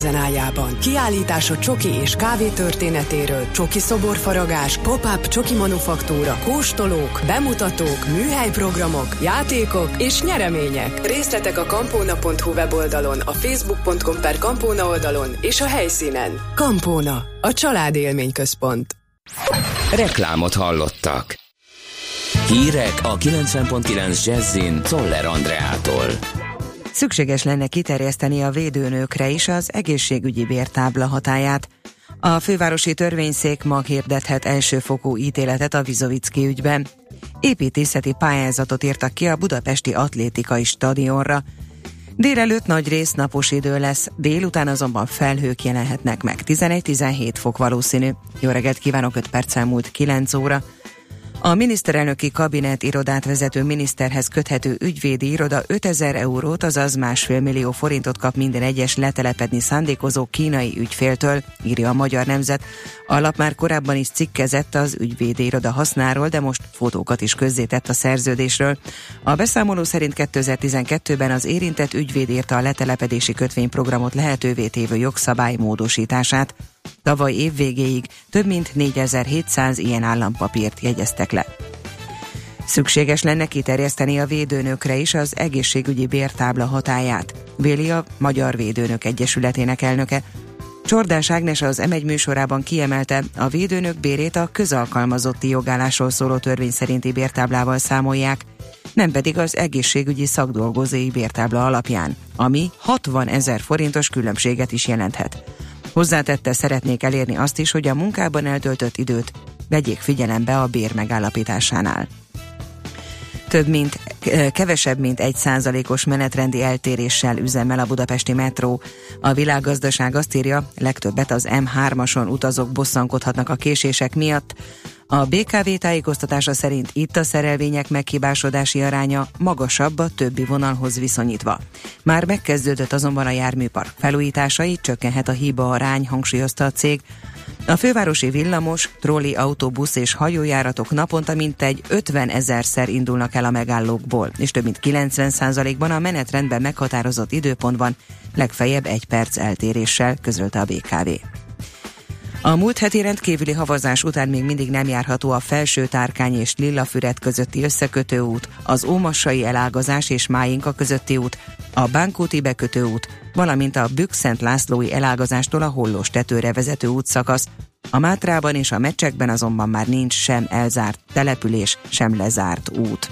zenájában. Kiállítások csoki és kávé történetéről, csoki szoborfaragás, pop-up csoki manufaktúra, kóstolók, bemutatók, műhelyprogramok, játékok és nyeremények. Részletek a campona.hu weboldalon, a facebook.com/Campona oldalon és a helyszínen. Campona, a családélményközpont. Reklámot hallottak. Hírek a 90.9 Jazzin Czoller Andreától. Szükséges lenne kiterjeszteni a védőnőkre is az egészségügyi bértábla hatályát. A fővárosi törvényszék ma hirdethet elsőfokú ítéletet a Vizovicki ügyben. Építészeti pályázatot írtak ki a budapesti atlétikai stadionra. Délelőtt nagyrészt napos idő lesz, délután azonban felhők jelenhetnek meg. 11-17 fok valószínű. Jó reggelt kívánok, 5 perccel múlt 9 óra. A miniszterelnöki kabinet irodát vezető miniszterhez köthető ügyvédi iroda 5000 eurót, azaz 1,5 millió forintot kap minden egyes letelepedni szándékozó kínai ügyféltől, írja a Magyar Nemzet. A lap már korábban is cikkezett az ügyvédi iroda hasznáról, de most fotókat is közzétett a szerződésről. A beszámoló szerint 2012-ben az érintett ügyvéd írta a letelepedési kötvényprogramot lehetővé tévő jogszabály módosítását. Tavaly év végéig több mint 4700 ilyen állampapírt jegyeztek le. Szükséges lenne kiterjeszteni a védőnökre is az egészségügyi bértábla hatályát, véli a Magyar Védőnök Egyesületének elnöke. Csordás Ágnes az M1 műsorában kiemelte, a védőnök bérét a közalkalmazotti jogállásról szóló törvény szerinti bértáblával számolják, nem pedig az egészségügyi szakdolgozói bértábla alapján, ami 60 000 forintos különbséget is jelenthet. Hozzátette, szeretnék elérni azt is, hogy a munkában eltöltött időt vegyék figyelembe a bér megállapításánál. Kevesebb mint 1%-os menetrendi eltéréssel üzemel a budapesti metró. A Világgazdaság azt írja, legtöbbet az M3-ason utazók bosszankodhatnak a késések miatt. A BKV tájékoztatása szerint itt a szerelvények meghibásodási aránya magasabb a többi vonalhoz viszonyítva. Már megkezdődött azonban a járműpark felújítása, így csökkenhet a hiba arány, hangsúlyozta a cég. A fővárosi villamos, trolli, autóbusz és hajójáratok naponta mintegy 50 000-szer indulnak el a megállókból, és több mint 90%-ban a menetrendben meghatározott időpontban legfeljebb 1 perc eltéréssel, közölte a BKV. A múlt heti rendkívüli havazás után még mindig nem járható a Felső-Tárkány és Lillafüred közötti összekötő út, az Ómassai elágazás és Májinka közötti út, a Bánkúti bekötő út, valamint a Bükk-Szent Lászlói elágazástól a Hollós tetőre vezető útszakasz. A Mátrában és a Mecsekben azonban már nincs sem elzárt település, sem lezárt út.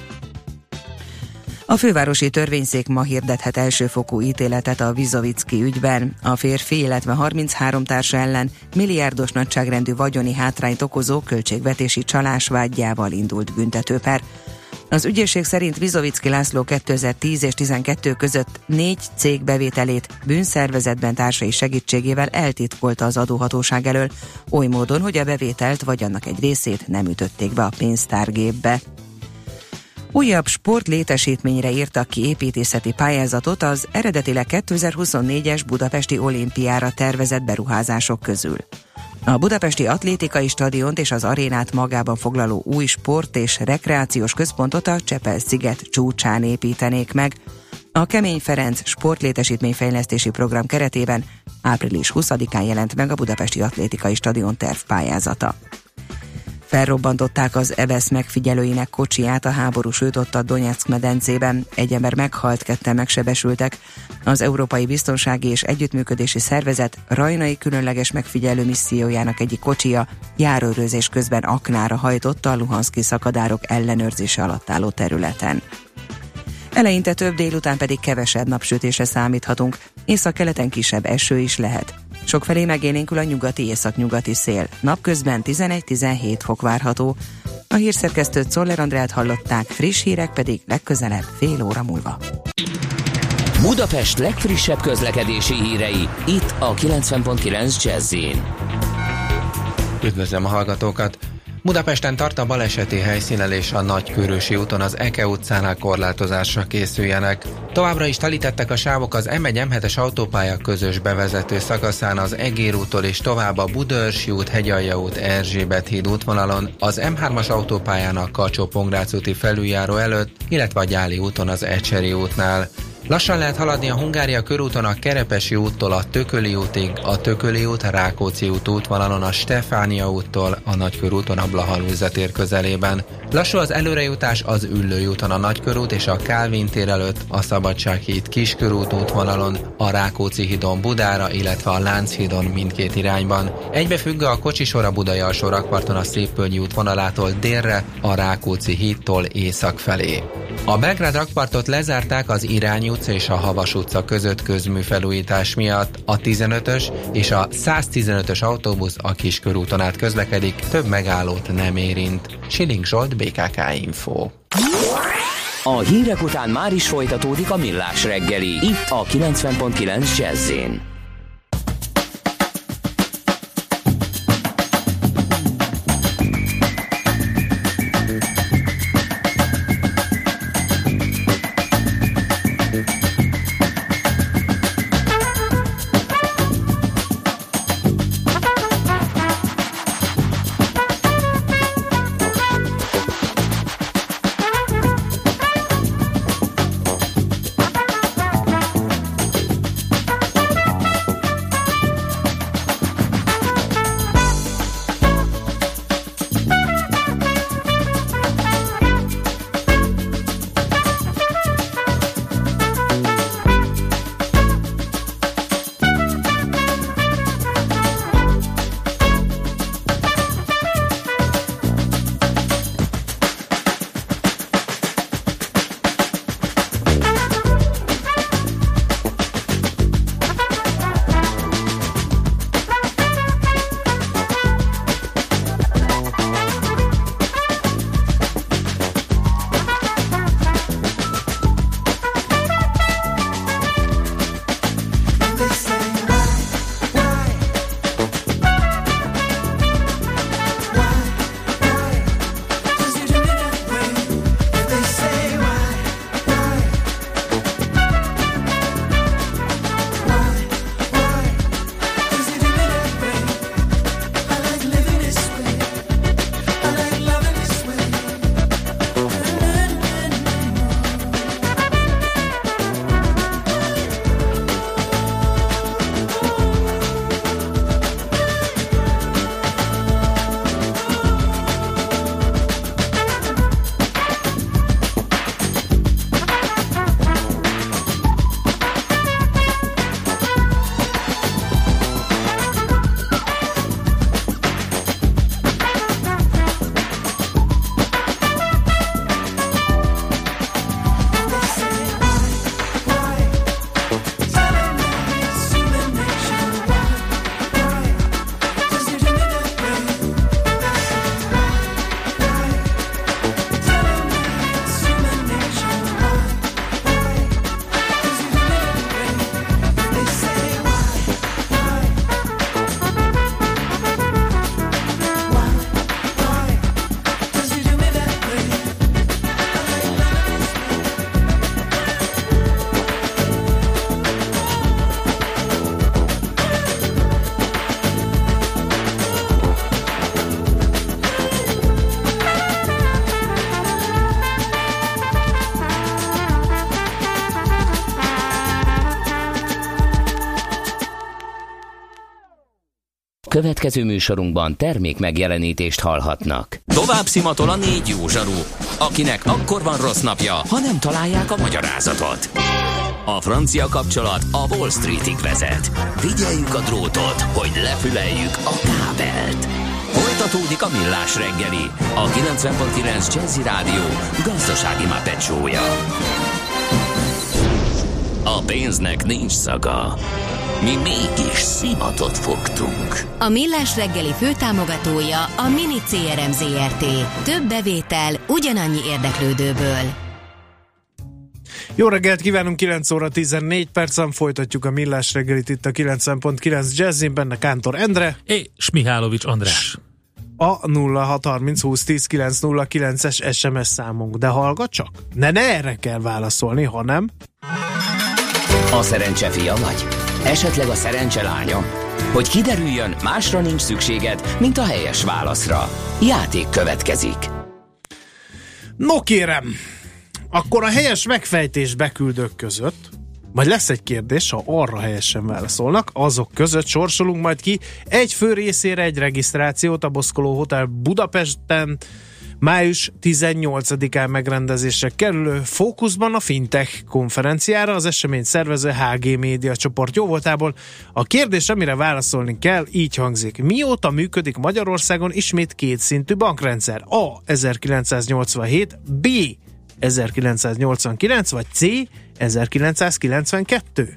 A fővárosi törvényszék ma hirdethet elsőfokú ítéletet a Vizovicki ügyben. A férfi, illetve 33 társa ellen milliárdos nagyságrendű vagyoni hátrányt okozó költségvetési csalás vádjával indult büntetőper. Az ügyészség szerint Vizovicki László 2010 és 12 között 4 cég bevételét bűnszervezetben társai segítségével eltitkolta az adóhatóság elől, oly módon, hogy a bevételt vagy annak egy részét nem ütötték be a pénztárgépbe. Újabb sportlétesítményre írtak ki építészeti pályázatot az eredetileg 2024-es budapesti olimpiára tervezett beruházások közül. A budapesti atlétikai stadiont és az arénát magában foglaló új sport- és rekreációs központot a Csepel-sziget csúcsán építenék meg. A Kemény Ferenc sportlétesítményfejlesztési program keretében április 20-án jelent meg a budapesti atlétikai stadion tervpályázata. Felrobbantották az EBESZ megfigyelőinek kocsiját a háború sújtotta Donyeck medencében. Egy ember meghalt, 2 megsebesültek. Az Európai Biztonsági és Együttműködési Szervezet rajnai különleges megfigyelő missziójának egyik kocsija járőrözés közben aknára hajtotta a luhanszki szakadárok ellenőrzése alatt álló területen. Eleinte több, délután pedig kevesebb napsütésre számíthatunk, északkeleten kisebb eső is lehet. Sokfelé megélénkül a nyugati-északnyugati szél. Napközben 11-17 fok várható. A hírszerkesztőt, Czoller Andrát hallották, friss hírek pedig legközelebb fél óra múlva. Budapest legfrissebb közlekedési hírei, itt a 90.9 Jazz-in. Üdvözlöm a hallgatókat! Budapesten tart a baleseti helyszínelés a Nagykőrösi úton, az Eke utcánál korlátozásra készüljenek. Továbbra is telítettek a sávok az M1-M7-es autópálya közös bevezető szakaszán az Egér úttól és tovább a Budaörsi út, Hegyalja út, Erzsébet híd útvonalon, az M3-as autópályán a Kacsó-Pongrác úti felüljáró előtt, illetve a Gyáli úton az Ecseri útnál. Lassan lehet haladni a Hungária körúton a Kerepesi úttól a Tököli útig, a Tököli út, a Rákóczi út útvonalon a Stefánia úttól, a Nagykörúton a Blaha-Lujza-tér közelében. Lassú az előrejutás az Üllői úton a Nagykörút és a Kálvin tér előtt, a Szabadsághíd Kiskörút útvonalon, a Rákóczi hídon Budára, illetve a Lánchídon mindkét irányban. Egybefüggő a kocsisor a Budai alsó rakparton a Szépvölgyi út vonalától délre, a Rákóczi hídtól észak felé. A Belgrád rakpartot lezárták az Irányi utca és a Havas utca között közműfelújítás miatt. A 15-ös és a 115-ös autóbusz a Kiskörúton át közlekedik, több megállót nem érint. Siling Zsolt, BKK Info. A hírek után már is folytatódik a Millás reggeli, itt a 90.9 Jazz-én. Következő műsorunkban termék megjelenítést hallhatnak. Tovább szimatol a 4 jó zsaru, akinek akkor van rossz napja, ha nem találják a magyarázatot. A francia kapcsolat a Wall Streetig vezet. Figyeljük a drótot, hogy lefüleljük a kábelt. Folytatódik a Millás reggeli, a 90.9 Jazzy Rádió gazdasági Muppet show-ja. A pénznek nincs szaga. Mi mégis szimatot fogtunk. A Millás reggeli főtámogatója a Mini CRM Zrt. Több bevétel ugyanannyi érdeklődőből. Jó reggelt kívánunk, 9 óra 14 percen folytatjuk a Millás reggelit itt a 90.9 Jazzin, benne Kántor Endre és Mihálovics András. A 0630 20 10 909-es SMS számunk, de hallgat csak, ne erre kell válaszolni, hanem... A szerencse fia vagy? Esetleg a szerencse lánya? Hogy kiderüljön, másra nincs szükséged, mint a helyes válaszra. Játék következik. No kérem, akkor a helyes megfejtés beküldők között Majd lesz egy kérdés, ha arra helyesen válaszolnak, azok között sorsolunk majd ki egy fő részére egy regisztrációt a Boszkoló Hotel Budapesten május 18-án megrendezésre kerülő Fókuszban a Fintech konferenciára, az esemény szervező HG Média csoport jóvoltából. A kérdés, amire válaszolni kell, így hangzik. Mióta működik Magyarországon ismét kétszintű bankrendszer? A. 1987, B. 1989, vagy C. 1992?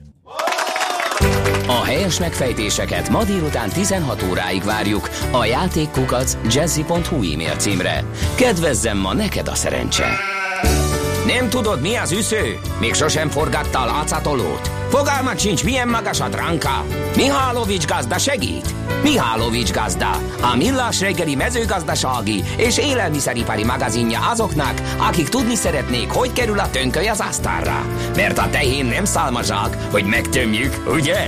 A helyes megfejtéseket ma délután 16 óráig várjuk a játékkukac@jazzy.hu e-mail címre. Kedvezzem ma neked a szerencse! Nem tudod, mi az üsző? Még sosem forgatta a látszatolót? Fogalmat sincs, milyen magas a dránka? Mihálovics gazda segít? Mihálovics gazda, a millás reggeli mezőgazdasági és élelmiszeripari magazinja azoknak, akik tudni szeretnék, hogy kerül a tönköly az asztalra. Mert a tehén nem szálmazsák, hogy megtömjük, ugye?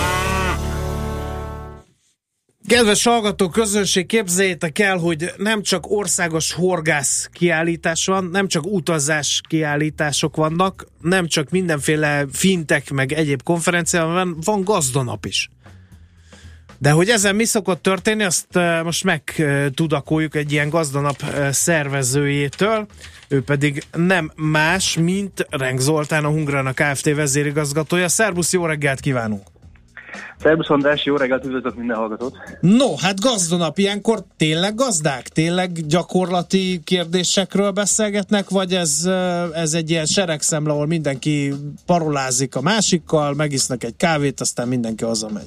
Kedves hallgató közönség, képzeljétek el, hogy nem csak országos horgász kiállítás van, nem csak utazás kiállítások vannak, nem csak mindenféle fintech meg egyéb konferencia van gazdanap is. De hogy ezen mi szokott történni, azt most megtudakoljuk egy ilyen gazdanap szervezőjétől. Ő pedig nem más, mint Renk Zoltán, a Hungrana Kft. Vezérigazgatója. Szerbusz, jó reggelt kívánunk! Szerbusz András, jó reggelt, üdvözlök minden hallgatót! No, hát gazdanap, ilyenkor tényleg gazdák? Tényleg gyakorlati kérdésekről beszélgetnek, vagy ez egy ilyen seregszemle, ahol mindenki parolázik a másikkal, megisznak egy kávét, aztán mindenki hazamegy?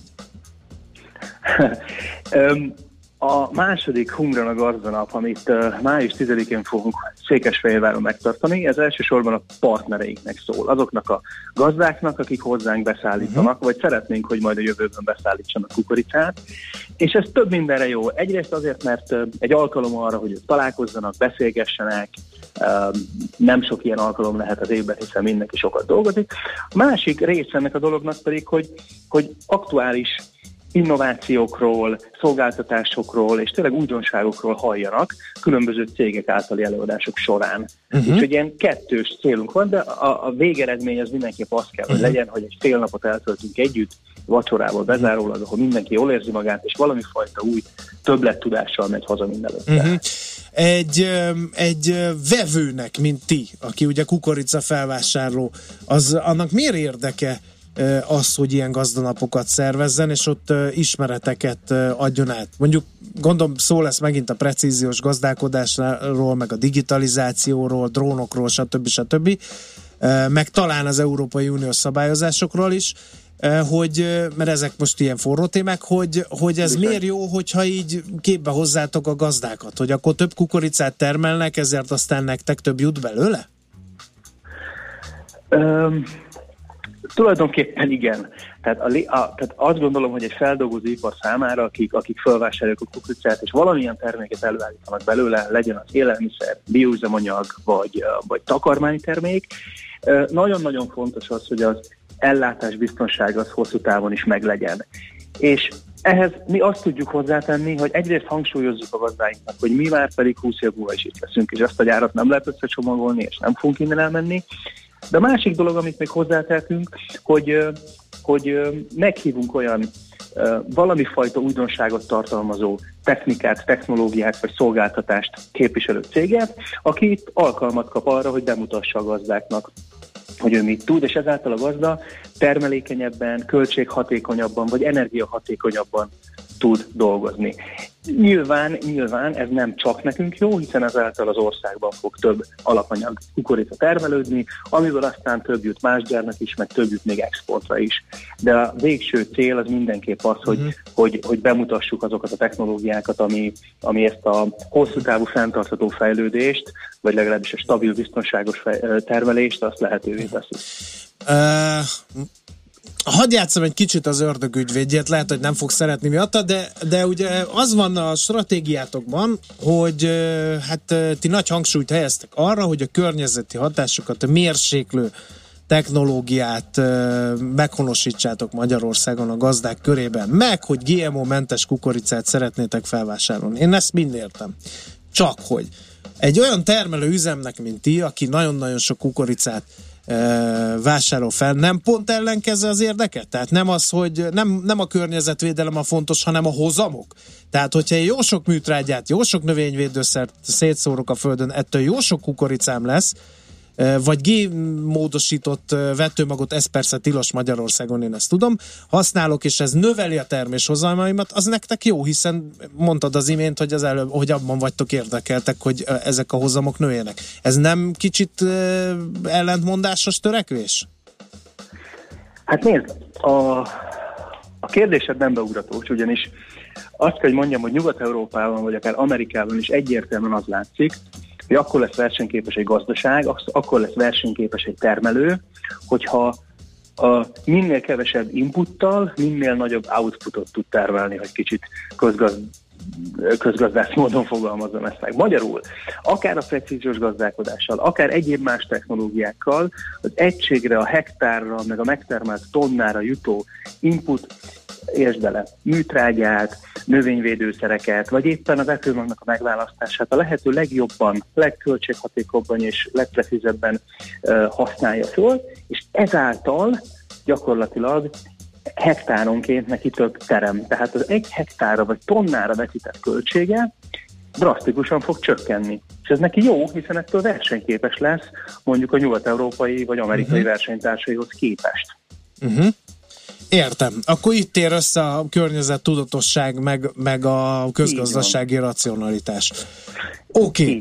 A második Hungrana gazdanap, amit május 10-én fogunk Székesfehérváron megtartani, ez elsősorban a partnereinknek szól. Azoknak a gazdáknak, akik hozzánk beszállítanak, vagy szeretnénk, hogy majd a jövőben beszállítsanak kukoricát. És ez több mindenre jó. Egyrészt azért, mert egy alkalom arra, hogy ők találkozzanak, beszélgessenek, nem sok ilyen alkalom lehet az évben, hiszen mindenki sokat dolgozik. A másik része ennek a dolognak pedig, hogy aktuális innovációkról, szolgáltatásokról és tényleg újdonságokról halljanak különböző cégek általi előadások során. Úgyhogy ilyen kettős célunk van, de a végeredmény az mindenképp az kell, hogy legyen, hogy egy fél napot eltöltünk együtt, vacsorával bezárólag, ahol mindenki jól érzi magát, és valami fajta új többlettudással megy haza mindenőtte. Egy vevőnek, mint ti, aki ugye kukorica felvásárló, annak miért érdeke az, hogy ilyen gazdanapokat szervezzen, és ott ismereteket adjon át? Mondjuk, gondolom, szó lesz megint a precíziós gazdálkodásról, meg a digitalizációról, drónokról, stb. Meg talán az Európai Uniós szabályozásokról is, mert ezek most ilyen forró témák, hogy ez miért jó, hogyha így képbe hozzátok a gazdákat, hogy akkor több kukoricát termelnek, ezért aztán nektek több jut belőle? Tulajdonképpen igen. Tehát azt gondolom, hogy egy feldolgozóipar számára, akik felvásárolják a kukoricát, és valamilyen terméket előállítanak belőle, legyen az élelmiszer, bioüzemanyag, vagy takarmánytermék, nagyon-nagyon fontos az, hogy az ellátás biztonsága az hosszú távon is meglegyen. És ehhez mi azt tudjuk hozzátenni, hogy egyrészt hangsúlyozzuk a gazdáinknak, hogy mi már pedig 20 év múlva is itt leszünk, és ezt a gyárat nem lehet összecsomagolni, és nem fogunk innen elmenni. De a másik dolog, amit még hozzátehetünk, hogy meghívunk olyan valami fajta újdonságot tartalmazó technikát, technológiát vagy szolgáltatást képviselő céget, aki itt alkalmat kap arra, hogy bemutassa a gazdáknak, hogy ő mit tud, és ezáltal a gazda termelékenyebben, költséghatékonyabban vagy energiahatékonyabban tud dolgozni. Nyilván ez nem csak nekünk jó, hiszen ezáltal az országban fog több alapanyag kukorica termelődni, amiből aztán több jut más gyárnak is, meg több jut még exportra is. De a végső cél az mindenképp az, hogy bemutassuk azokat a technológiákat, ami ezt a hosszú távú fenntartható fejlődést, vagy legalábbis a stabil, biztonságos termelést, azt lehetővé teszi. Hadd játszom egy kicsit az ördögügyvédjét, lehet, hogy nem fog szeretni miatta, de ugye az van a stratégiátokban, hogy hát ti nagy hangsúlyt helyeztek arra, hogy a környezeti hatásokat, a mérséklő technológiát meghonosítsátok Magyarországon a gazdák körében, meg hogy GMO-mentes kukoricát szeretnétek felvásárolni. Én ezt mind értem. Csak hogy egy olyan termelő üzemnek, mint ti, aki nagyon-nagyon sok kukoricát vásárol fel, nem pont ellenkezze az érdeket? Tehát nem az, hogy nem a környezetvédelem a fontos, hanem a hozamok? Tehát, hogyha jó sok műtrágyát, jó sok növényvédőszert szétszórok a földön, ettől jó sok kukoricám lesz, vagy génmódosított vetőmagot, ez persze tilos Magyarországon, én ezt tudom, használok, és ez növeli a terméshozamaimat, az nektek jó, hiszen mondtad az imént, hogy az előbb, hogy abban vagytok érdekeltek, hogy ezek a hozamok nőjenek. Ez nem kicsit ellentmondásos törekvés? Hát nézd, a kérdésed nem beugratós, ugyanis azt kell, hogy mondjam, hogy Nyugat-Európában, vagy akár Amerikában is egyértelműen az látszik, hogy akkor lesz versenyképes egy gazdaság, akkor lesz versenyképes egy termelő, hogyha minél kevesebb inputtal, minél nagyobb outputot tud termelni, hogy kicsit közgazdász módon fogalmazom ezt meg. Magyarul, akár a precíziós gazdálkodással, akár egyéb más technológiákkal, az egységre, a hektárra, meg a megtermelt tonnára jutó input, értsd bele, műtrágyát, növényvédőszereket, vagy éppen a vetőmagnak a megválasztását a lehető legjobban, legköltséghatékonyabban és legprecízebben használja föl, és ezáltal gyakorlatilag hektáronként neki több terem. Tehát az 1 hektárra vagy tonnára vetített költsége drasztikusan fog csökkenni. És ez neki jó, hiszen ettől versenyképes lesz mondjuk a nyugat-európai vagy amerikai versenytársaihoz képest. Értem. Akkor itt ér össze a környezettudatosság meg a közgazdasági racionalitás. Oké.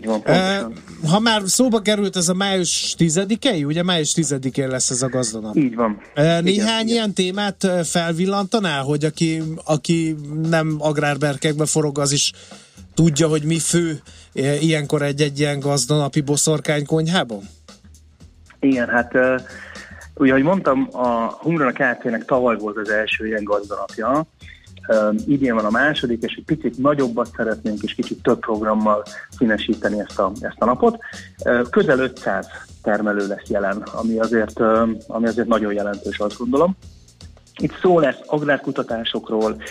Ha már szóba került ez a május 10-i, ugye május 10-én lesz ez a gazdanap. Így van. Néhány ilyen témát felvillantanál, hogy aki nem agrárberkekbe forog, az is tudja, hogy mi fő ilyenkor egy ilyen gazdanapi boszorkány konyhában? Igen, hát ugye, ahogy mondtam, a Hungrana Kft-nek tavaly volt az első ilyen gazdanapja, idén van a második, és egy picit nagyobbat szeretnénk, és kicsit több programmal színesíteni ezt a napot. Közel 500 termelő lesz jelen, ami azért nagyon jelentős, azt gondolom. Itt szó lesz agrárkutatásokról,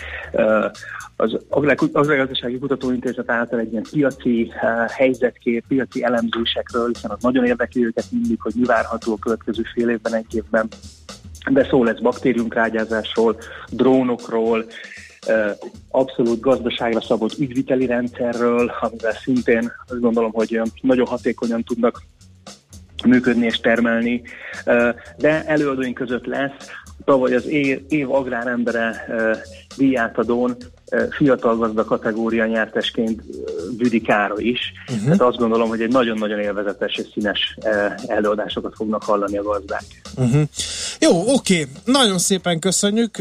az Agrárgazdasági Kutatóintézet által egy ilyen piaci helyzetkép, piaci elemzésekről, hiszen az nagyon érdekli őket mindig, hogy mi várható a következő fél évben, egy évben. De szó lesz baktériumtrágyázásról, drónokról, abszolút gazdaságra szabott ügyviteli rendszerről, amivel szintén azt gondolom, hogy nagyon hatékonyan tudnak működni és termelni. De előadóink között lesz tavaly az év agrárembere díjátadón fiatal gazda kategória nyertesként Büdi Károly is. Tehát azt gondolom, hogy egy nagyon-nagyon élvezetes és színes előadásokat fognak hallani a gazdák. Jó, oké. Nagyon szépen köszönjük.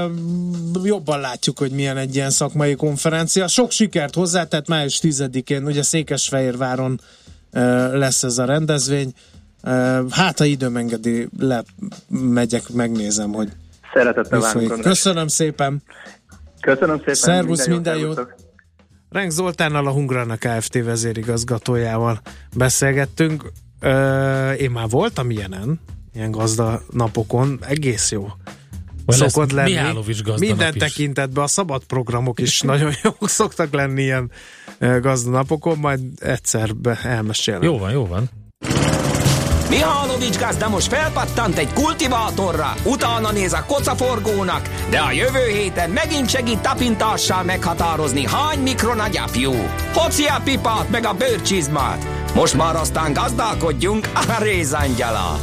Jobban látjuk, hogy milyen egy ilyen szakmai konferencia. Sok sikert hozzá, tehát május 10-én ugye Székesfehérváron lesz ez a rendezvény. Hát, ha időm engedi, megyek, megnézem, hogy szeretettel várunk. Köszönöm szépen. Köszönöm szépen. Szervusz, minden jót. Renk Zoltánnal, a Hungrana Kft. Vezérigazgatójával beszélgettünk. Én már voltam ilyen gazdanapokon, egész jó. Szokott lenni. Mihálovics gazdanap minden is. Tekintetben a szabad programok is nagyon jók szoktak lenni ilyen gazdanapokon, majd egyszer elmesélem. Jó van. Mihálovics gazda most felpattant egy kultivátorra, utána néz a kocaforgónak, de a jövő héten megint segít tapintással meghatározni, hány mikron a gyapjú. Hoci a pipát meg a bőrcsizmát. Most már aztán gazdálkodjunk a rézangyalat.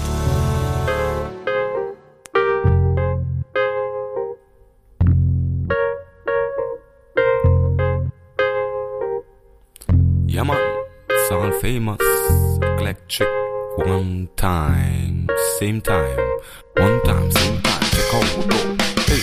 Yeah man, it's all famous, electric. One time, same time. One time, same time. Check out the door. Hey.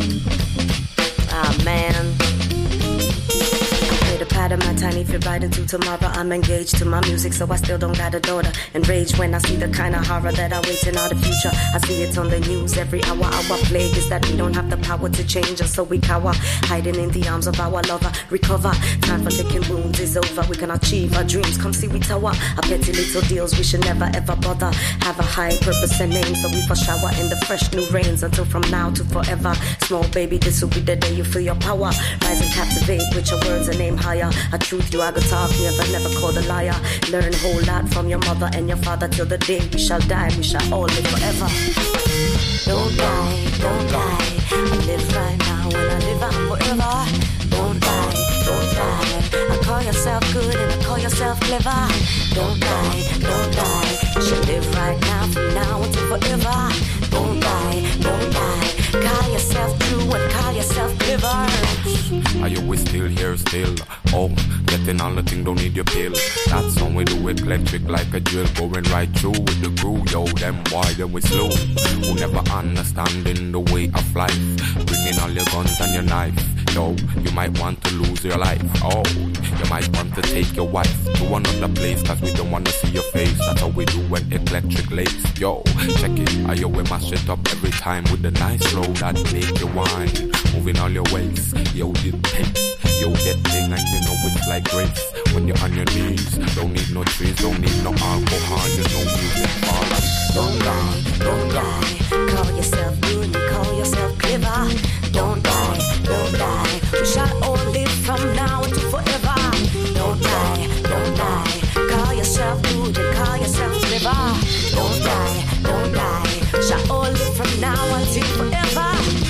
Ah man, I played a part of my tiny fit right into tomorrow. I'm engaged to my music, so I still don't got a daughter. Enraged when I see the kind of horror that awaits in all the future. I see it on the news every hour. Our plague is that we don't have the power to change us, so we cower, hiding in the arms of our lover. Recover, time for licking wounds is over. We can achieve our dreams, come see we tower. Our petty little deals, we should never ever bother. Have a high purpose and name, so we for shower in the fresh new rains until from now to forever. Small baby, this will be the day you feel your power. Rise and captivate with your words and aim higher. A truth you are gonna talk, never called a liar. Learn a whole lot from your mother and your father till the day we shall die. We shall all live forever. Don't die, don't die. I live right now and I live on forever. Don't die, don't die. I call yourself good and I call yourself clever. Don't die, don't die. You should live right now from now until forever. Don't die, don't die. Call yourself true and call yourself clever. Are you still here still? Oh, getting all the thing, don't need your pill. That's how we do it, electric like a drill. Going right through with the crew, yo, them wide and we slow. Who never understanding the way of life. Bringing all your guns and your knife. Yo, you might want to lose your life. Oh, you might want to take your wife to another place, cause we don't want to see your face. That's how we do when electric lace. Yo, check it, yo, we mash it up every time with the nice flow that make you whine. Moving all your ways, yo, the pace. Yo, that thing and you know it's like grace. When you're on your knees, don't need no trees, don't need no alcohol, you know music fall. Don't die, don't die. Call yourself good and call yourself clever. Don't die, don't die. We shall all live from now to forever. Don't die, don't die. Call yourself good and call yourself clever. Don't die, don't die. We shall all live from now until forever.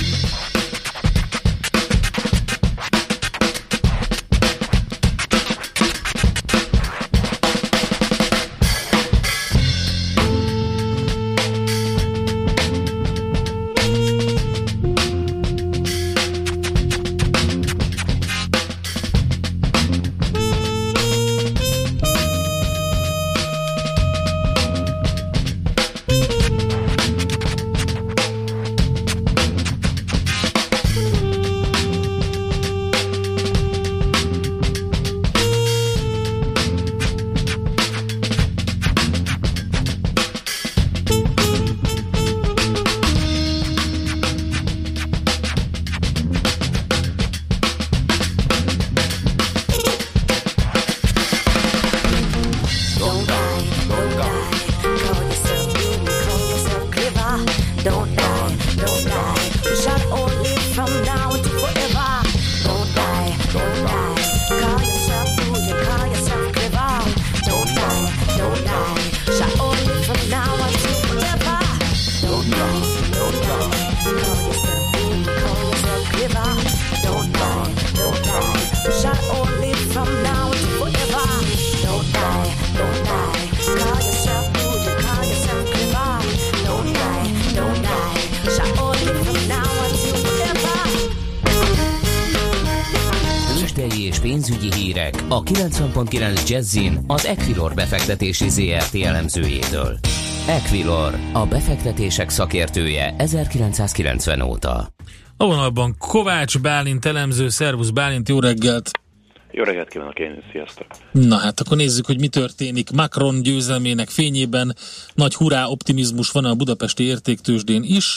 Pénzügyi hírek a 90.9 Jazzin az Equilor befektetési ZRT elemzőjétől. Equilor, a befektetések szakértője 1990 óta. A vonalban Kovács Bálint elemző. Szervusz Bálint, jó reggelt! Jó reggelt kívánok én, sziasztok! Na hát akkor nézzük, hogy mi történik. Macron győzelmének fényében nagy hurrá optimizmus van a budapesti értéktőzsdén is.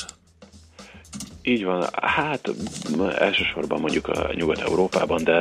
Így van, hát elsősorban mondjuk a Nyugat-Európában, de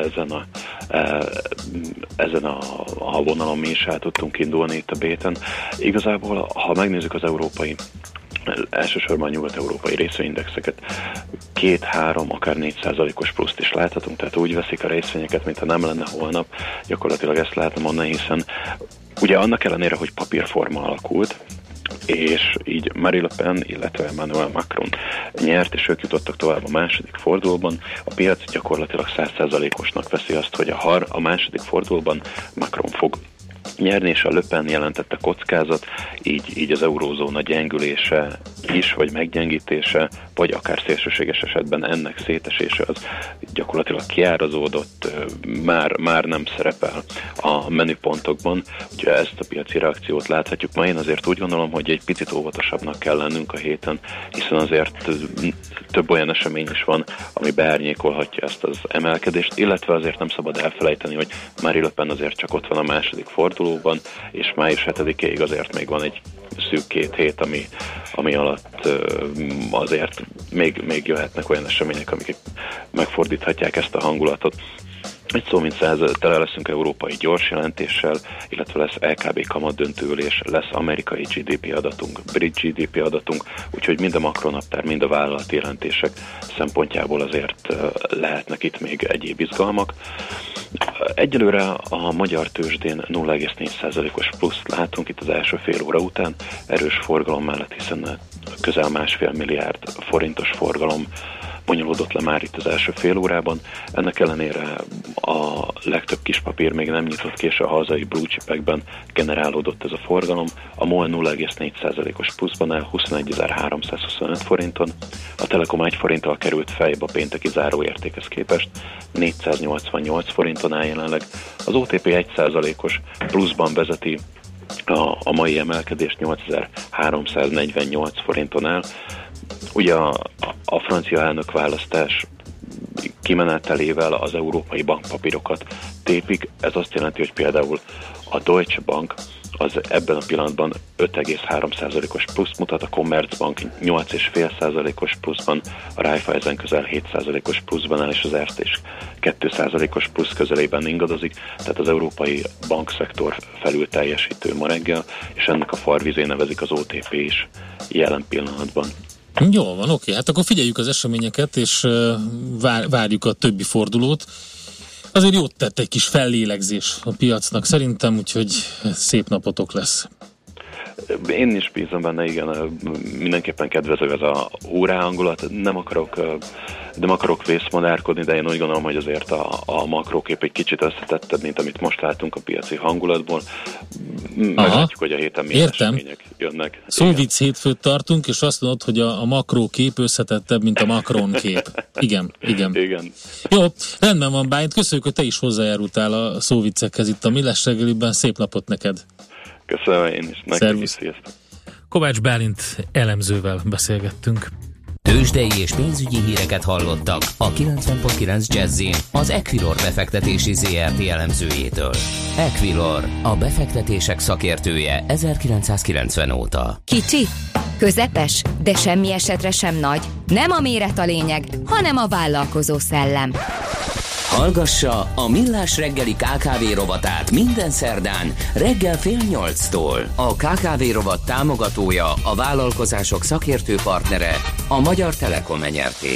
ezen a vonalon mi is el tudtunk indulni itt a Béten. Igazából, ha megnézzük az európai, elsősorban a nyugat-európai részvényindexeket, 2-3, akár 4%-os pluszt is láthatunk, tehát úgy veszik a részvényeket, mintha nem lenne holnap. Gyakorlatilag ezt látom onnan, hiszen ugye annak ellenére, hogy papírforma alakult, és így Marine Le Pen, illetve Emmanuel Macron nyert, és ők jutottak tovább a második fordulóban. A piac gyakorlatilag 100%-osnak veszi azt, hogy a második fordulóban Macron fog nyerni, és a Le Pen jelentette kockázat, így az eurózóna gyengülése is, vagy meggyengítése, vagy akár szélsőséges esetben ennek szétesése az gyakorlatilag kiárazódott, már nem szerepel a menüpontokban, úgyhogy ezt a piaci reakciót láthatjuk. Ma én azért úgy gondolom, hogy egy picit óvatosabbnak kell lennünk a héten, hiszen azért több olyan esemény is van, ami beárnyékolhatja ezt az emelkedést, illetve azért nem szabad elfelejteni, hogy Marine Le Pen azért csak ott van a második fordulóban, és május 7-ig azért még van egy szűk 2 hét, ami alatt azért még jöhetnek olyan események, amik megfordíthatják ezt a hangulatot. Egy szó mint 100, tele leszünk európai gyors jelentéssel, illetve lesz LKB kamatdöntőülés, lesz amerikai GDP adatunk, brit GDP adatunk, úgyhogy mind a makronaptár, mind a vállalati jelentések szempontjából azért lehetnek itt még egyéb izgalmak. Egyelőre a magyar tőzsdén 0,4%-os pluszt látunk itt az első fél óra után, erős forgalom mellett, hiszen közel 1,5 milliárd forintos forgalom bonyolódott le már itt az első fél órában. Ennek ellenére a legtöbb kis papír még nem nyitott ki, és a hazai blue chipekben generálódott ez a forgalom. A MOL 0,4%-os pluszban áll 21.325 forinton. A Telekom 1 forinttal került fejbe a pénteki záróértékhez képest, 488 forinton áll jelenleg. Az OTP 1%-os pluszban vezeti a mai emelkedést, 8348 forinton áll. Ugye a francia elnökválasztás kimenetelével az európai bankpapírokat tépik. Ez azt jelenti, hogy például a Deutsche Bank az ebben a pillanatban 5,3%-os plusz mutat, a Commerzbank 8,5%-os pluszban, a Raiffeisen közel 7%-os pluszban áll, és az Erste is 2%-os plusz közelében ingadozik, tehát az európai bankszektor felül teljesítő ma reggel, és ennek a farvizé nevezik az OTP is jelen pillanatban. Jól van, oké. Hát akkor figyeljük az eseményeket, és várjuk a többi fordulót. Azért jót tett egy kis fellélegzés a piacnak szerintem, úgyhogy szép napotok lesz. Én is bízom benne, igen, mindenképpen kedvező ez a óráhangulat. Nem akarok vészmadárkodni, de én úgy gondolom, hogy azért a makrókép egy kicsit összetettebb, mint amit most látunk a piaci hangulatból. Meglátjuk, hogy a héten milyen események jönnek. Szóvic hétfőt tartunk, és azt mondod, hogy a makrókép összetettebb, mint a Macron kép. Igen. Jó, rendben van, Bálint. Köszönjük, hogy te is hozzájárultál a szóvicekhez itt a Millás reggeliben. Szép napot neked! Köszönöm én is. Szervusz. Kovács Bálint elemzővel beszélgettünk. Tőzsdei és pénzügyi híreket hallottak a 90.9 Jazzin az Equilor befektetési ZRT elemzőjétől. Equilor, a befektetések szakértője 1990 óta. Kicsi, közepes, de semmi esetre sem nagy. Nem a méret a lényeg, hanem a vállalkozó szellem. Hallgassa a Millás reggeli KKV rovatát minden szerdán reggel 7:30-tól. A KKV rovat támogatója, a vállalkozások szakértő partnere, a Magyar Telekom Nyrt.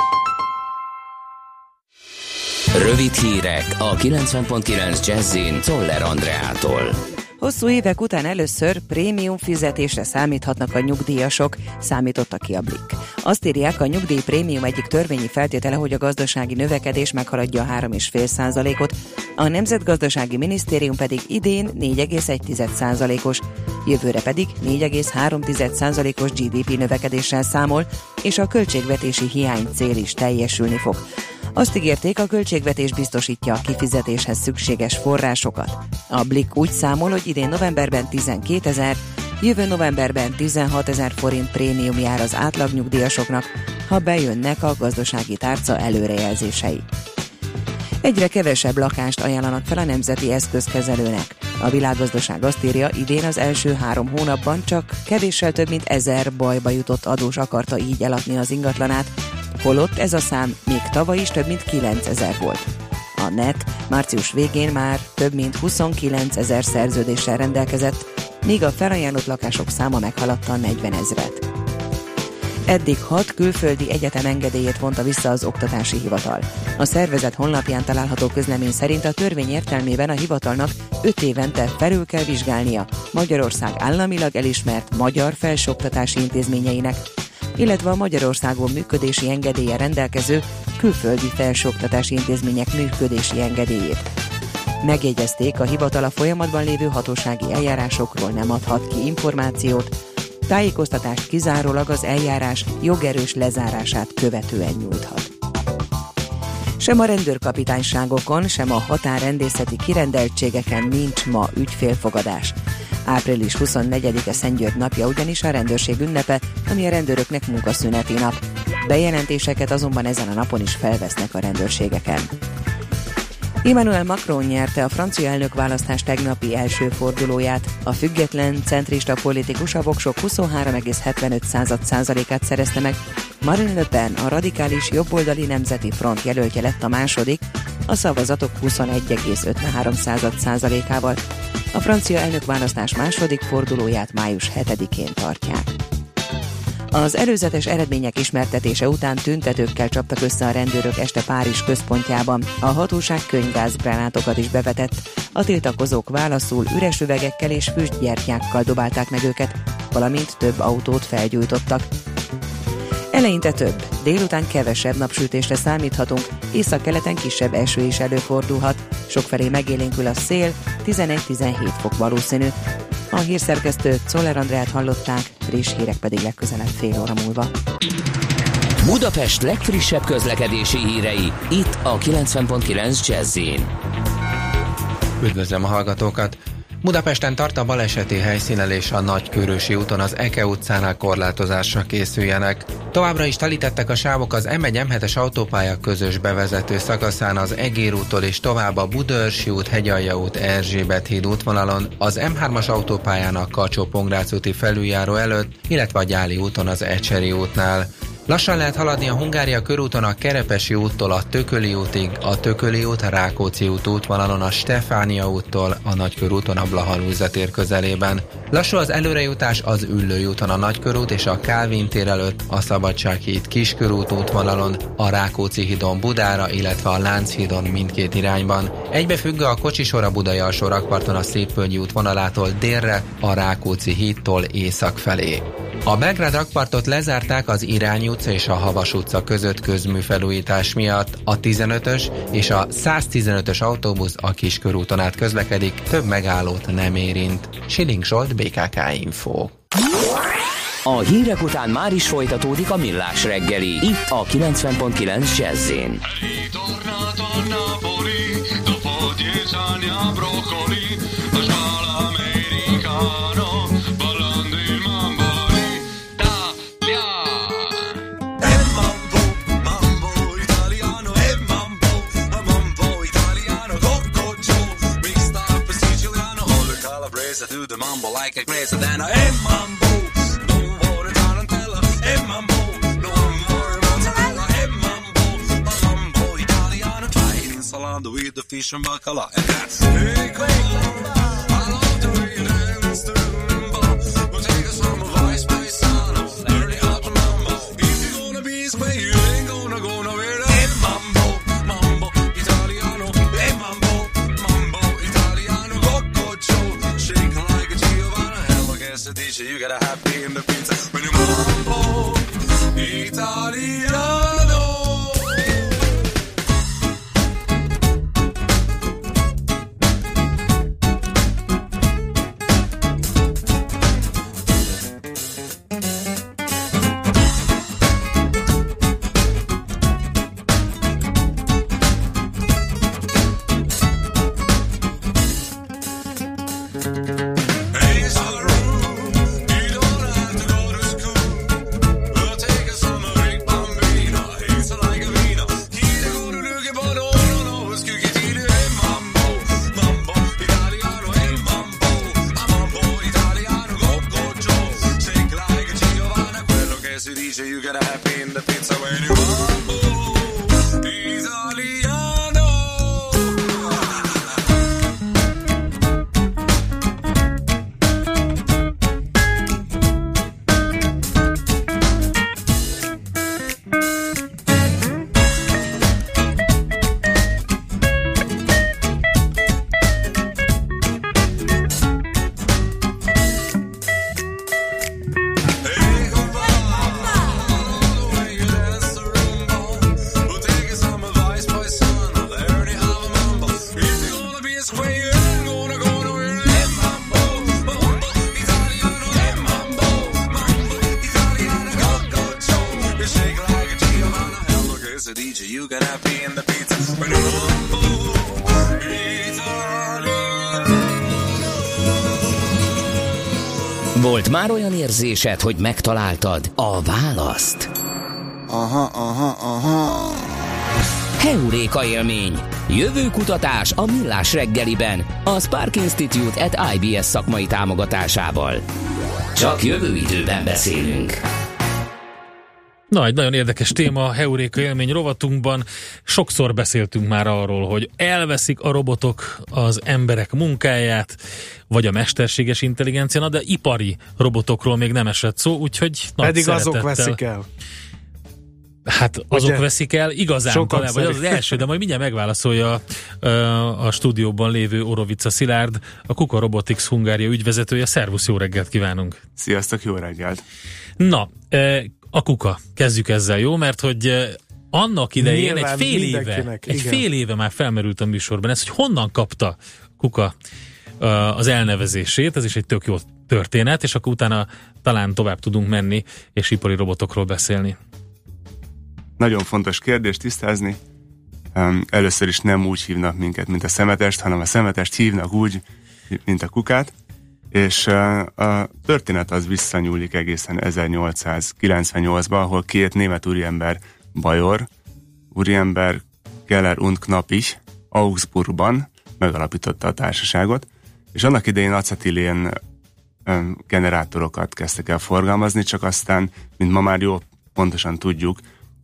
Rövid hírek a 90.9 Jazzin Czoller Andreától. Hosszú évek után először prémium fizetésre számíthatnak a nyugdíjasok, számította ki a Blick. Azt írják, a nyugdíjprémium egyik törvényi feltétele, hogy a gazdasági növekedés meghaladja 3,5%-ot, a Nemzetgazdasági Minisztérium pedig idén 4,1%-os, jövőre pedig 4,3%-os GDP növekedéssel számol, és a költségvetési hiány cél is teljesülni fog. Azt ígérték, a költségvetés biztosítja a kifizetéshez szükséges forrásokat. A Blick úgy számol, hogy idén novemberben 12 000, jövő novemberben 16 000 forint prémium jár az átlagnyugdíjasoknak, ha bejönnek a gazdasági tárca előrejelzései. Egyre kevesebb lakást ajánlanak fel a Nemzeti Eszközkezelőnek. A Világgazdaság azt írja, idén az első 3 hónapban csak kevéssel több mint 1000 bajba jutott adós akarta így eladni az ingatlanát, holott ez a szám még tavaly is több mint 9000 volt. A NET március végén már több mint 29 000 szerződéssel rendelkezett, míg a felajánlott lakások száma meghaladta 40 000-et. Eddig 6 külföldi egyetem engedélyét vonta vissza az Oktatási Hivatal. A szervezet honlapján található közlemény szerint a törvény értelmében a hivatalnak 5 évente felül kell vizsgálnia Magyarország államilag elismert magyar felsőoktatási intézményeinek, illetve a Magyarországon működési engedéllyel rendelkező külföldi felsőoktatási intézmények működési engedélyét. Megjegyezték, a hivatal a folyamatban lévő hatósági eljárásokról nem adhat ki információt, tájékoztatást kizárólag az eljárás jogerős lezárását követően nyújthat. Sem a rendőrkapitányságokon, sem a határrendészeti kirendeltségeken nincs ma ügyfélfogadás. Április 24-e Szent György napja ugyanis a rendőrség ünnepe, ami a rendőröknek munkaszüneti nap. Bejelentéseket azonban ezen a napon is felvesznek a rendőrségeken. Emmanuel Macron nyerte a francia elnökválasztás tegnapi első fordulóját. A független centrista politikus a voksok 23,75%-át szerezte meg. Marine Le Pen, a radikális jobboldali Nemzeti Front jelöltje lett a második, a szavazatok 21,53%-ával. A francia elnökválasztás második fordulóját május 7-én tartják. Az előzetes eredmények ismertetése után tüntetőkkel csaptak össze a rendőrök este Párizs központjában. A hatóság könyvgázgránátokat is bevetett. A tiltakozók válaszul üres üvegekkel és füstgyertyákkal dobálták meg őket, valamint több autót felgyújtottak. Eleinte több, délután kevesebb napsütésre számíthatunk, északkeleten kisebb eső is előfordulhat, sokfelé megélénkül a szél, 11-17 fok valószínű. A hírszerkesztőt, Czoller Andrát hallották, friss hírek pedig legközelebb fél óra múlva. Budapest legfrissebb közlekedési hírei, itt a 90.9 Jazz-in. Üdvözlöm a hallgatókat! Budapesten tart a baleseti helyszínelés a Nagykőrösi úton, az Eke utcánál korlátozásra készüljenek. Továbbra is telítettek a sávok az M1-M7-es autópálya közös bevezető szakaszán az Egér úttól és tovább a Budaörsi út, Hegyalja út, Erzsébet híd útvonalon, az M3-as autópályán a Kacsó-Pongrác úti felüljáró előtt, illetve a Gyáli úton az Ecseri útnál. Lassan lehet haladni a Hungária körúton a Kerepesi úttól a Tököli útig, a Tököli út, a Rákóczi út útvonalon a Stefánia úttól, a Nagykörúton a Blaha tér közelében. Lassú az előrejutás az Üllői úton a Nagykörút és a Kálvin tér előtt, a Szabadsághíd Kiskörút útvonalon, a Rákóczi hídon Budára, illetve a Lánchídon mindkét irányban. Egybefüggő a kocsisor a Budai alsó rakparton a Szépvölgyi útvonalától délre, a Rákóczi hídtól észak felé. A Belgrád rakpartot lezárták az Irányi utca és a Havas utca között közműfelújítás miatt. A 15-ös és a 115-ös autóbusz a Kiskörúton át közlekedik, több megállót nem érint. Siling Zsolt, BKK Info. A hírek után már is folytatódik a Millás reggeli, itt a 90.9 Jazz-in. Do the mambo like a crazy then I mambo, no more tarantella, mambo, no more mozzarella, mambo, mambo Italiano, trying salando with the fish and bacala, and that's hey, I love the way you dance to rumba, but take us some advice, my son, early out to mambo. If you're gonna be square, you ain't gonna go nowhere. Mambo, mambo Italiano, mambo, mambo Italiano, cococho. You gotta have me in the pizza when you mambo Italiano. You gotta have me in the pizza when you mambo Italiano. Volt már olyan érzésed, hogy megtaláltad a választ? Heuréka élmény. Jövőkutatás a Millás reggeliben, a Spark Institute at IBS szakmai támogatásával. Csak jövő időben beszélünk. Na, egy nagyon érdekes téma a Heuréka élmény rovatunkban. Sokszor beszéltünk már arról, hogy elveszik a robotok az emberek munkáját, vagy a mesterséges intelligencia, de ipari robotokról még nem esett szó, úgyhogy nagy pedig szeretettel. azok veszik el. Hát azok veszik el igazán talán, vagy az első, de majd mindjárt megválaszolja a stúdióban lévő Orovica Szilárd, a KUKA Robotics Hungária ügyvezetője. Szervusz, jó reggelt kívánunk! Sziasztok, jó reggelt! Na, a KUKA, kezdjük ezzel, jó? Mert hogy annak idején nyilván egy fél éve már felmerült a műsorban ez, hogy honnan kapta KUKA az elnevezését, ez is egy tök jó történet, és akkor utána talán tovább tudunk menni, és ipari robotokról beszélni. Nagyon fontos kérdés tisztázni. Először is nem úgy hívnak minket, mint a szemetest, hanem a szemetest hívnak úgy, mint a kukát. És a történet az visszanyúlik egészen 1898-ba, ahol két német úriember, Bajor úriember, Keller und Knappich Augsburgban megalapította a társaságot, és annak idején acetilén generátorokat kezdtek el forgalmazni, csak aztán, mint ma már jól pontosan tudjuk,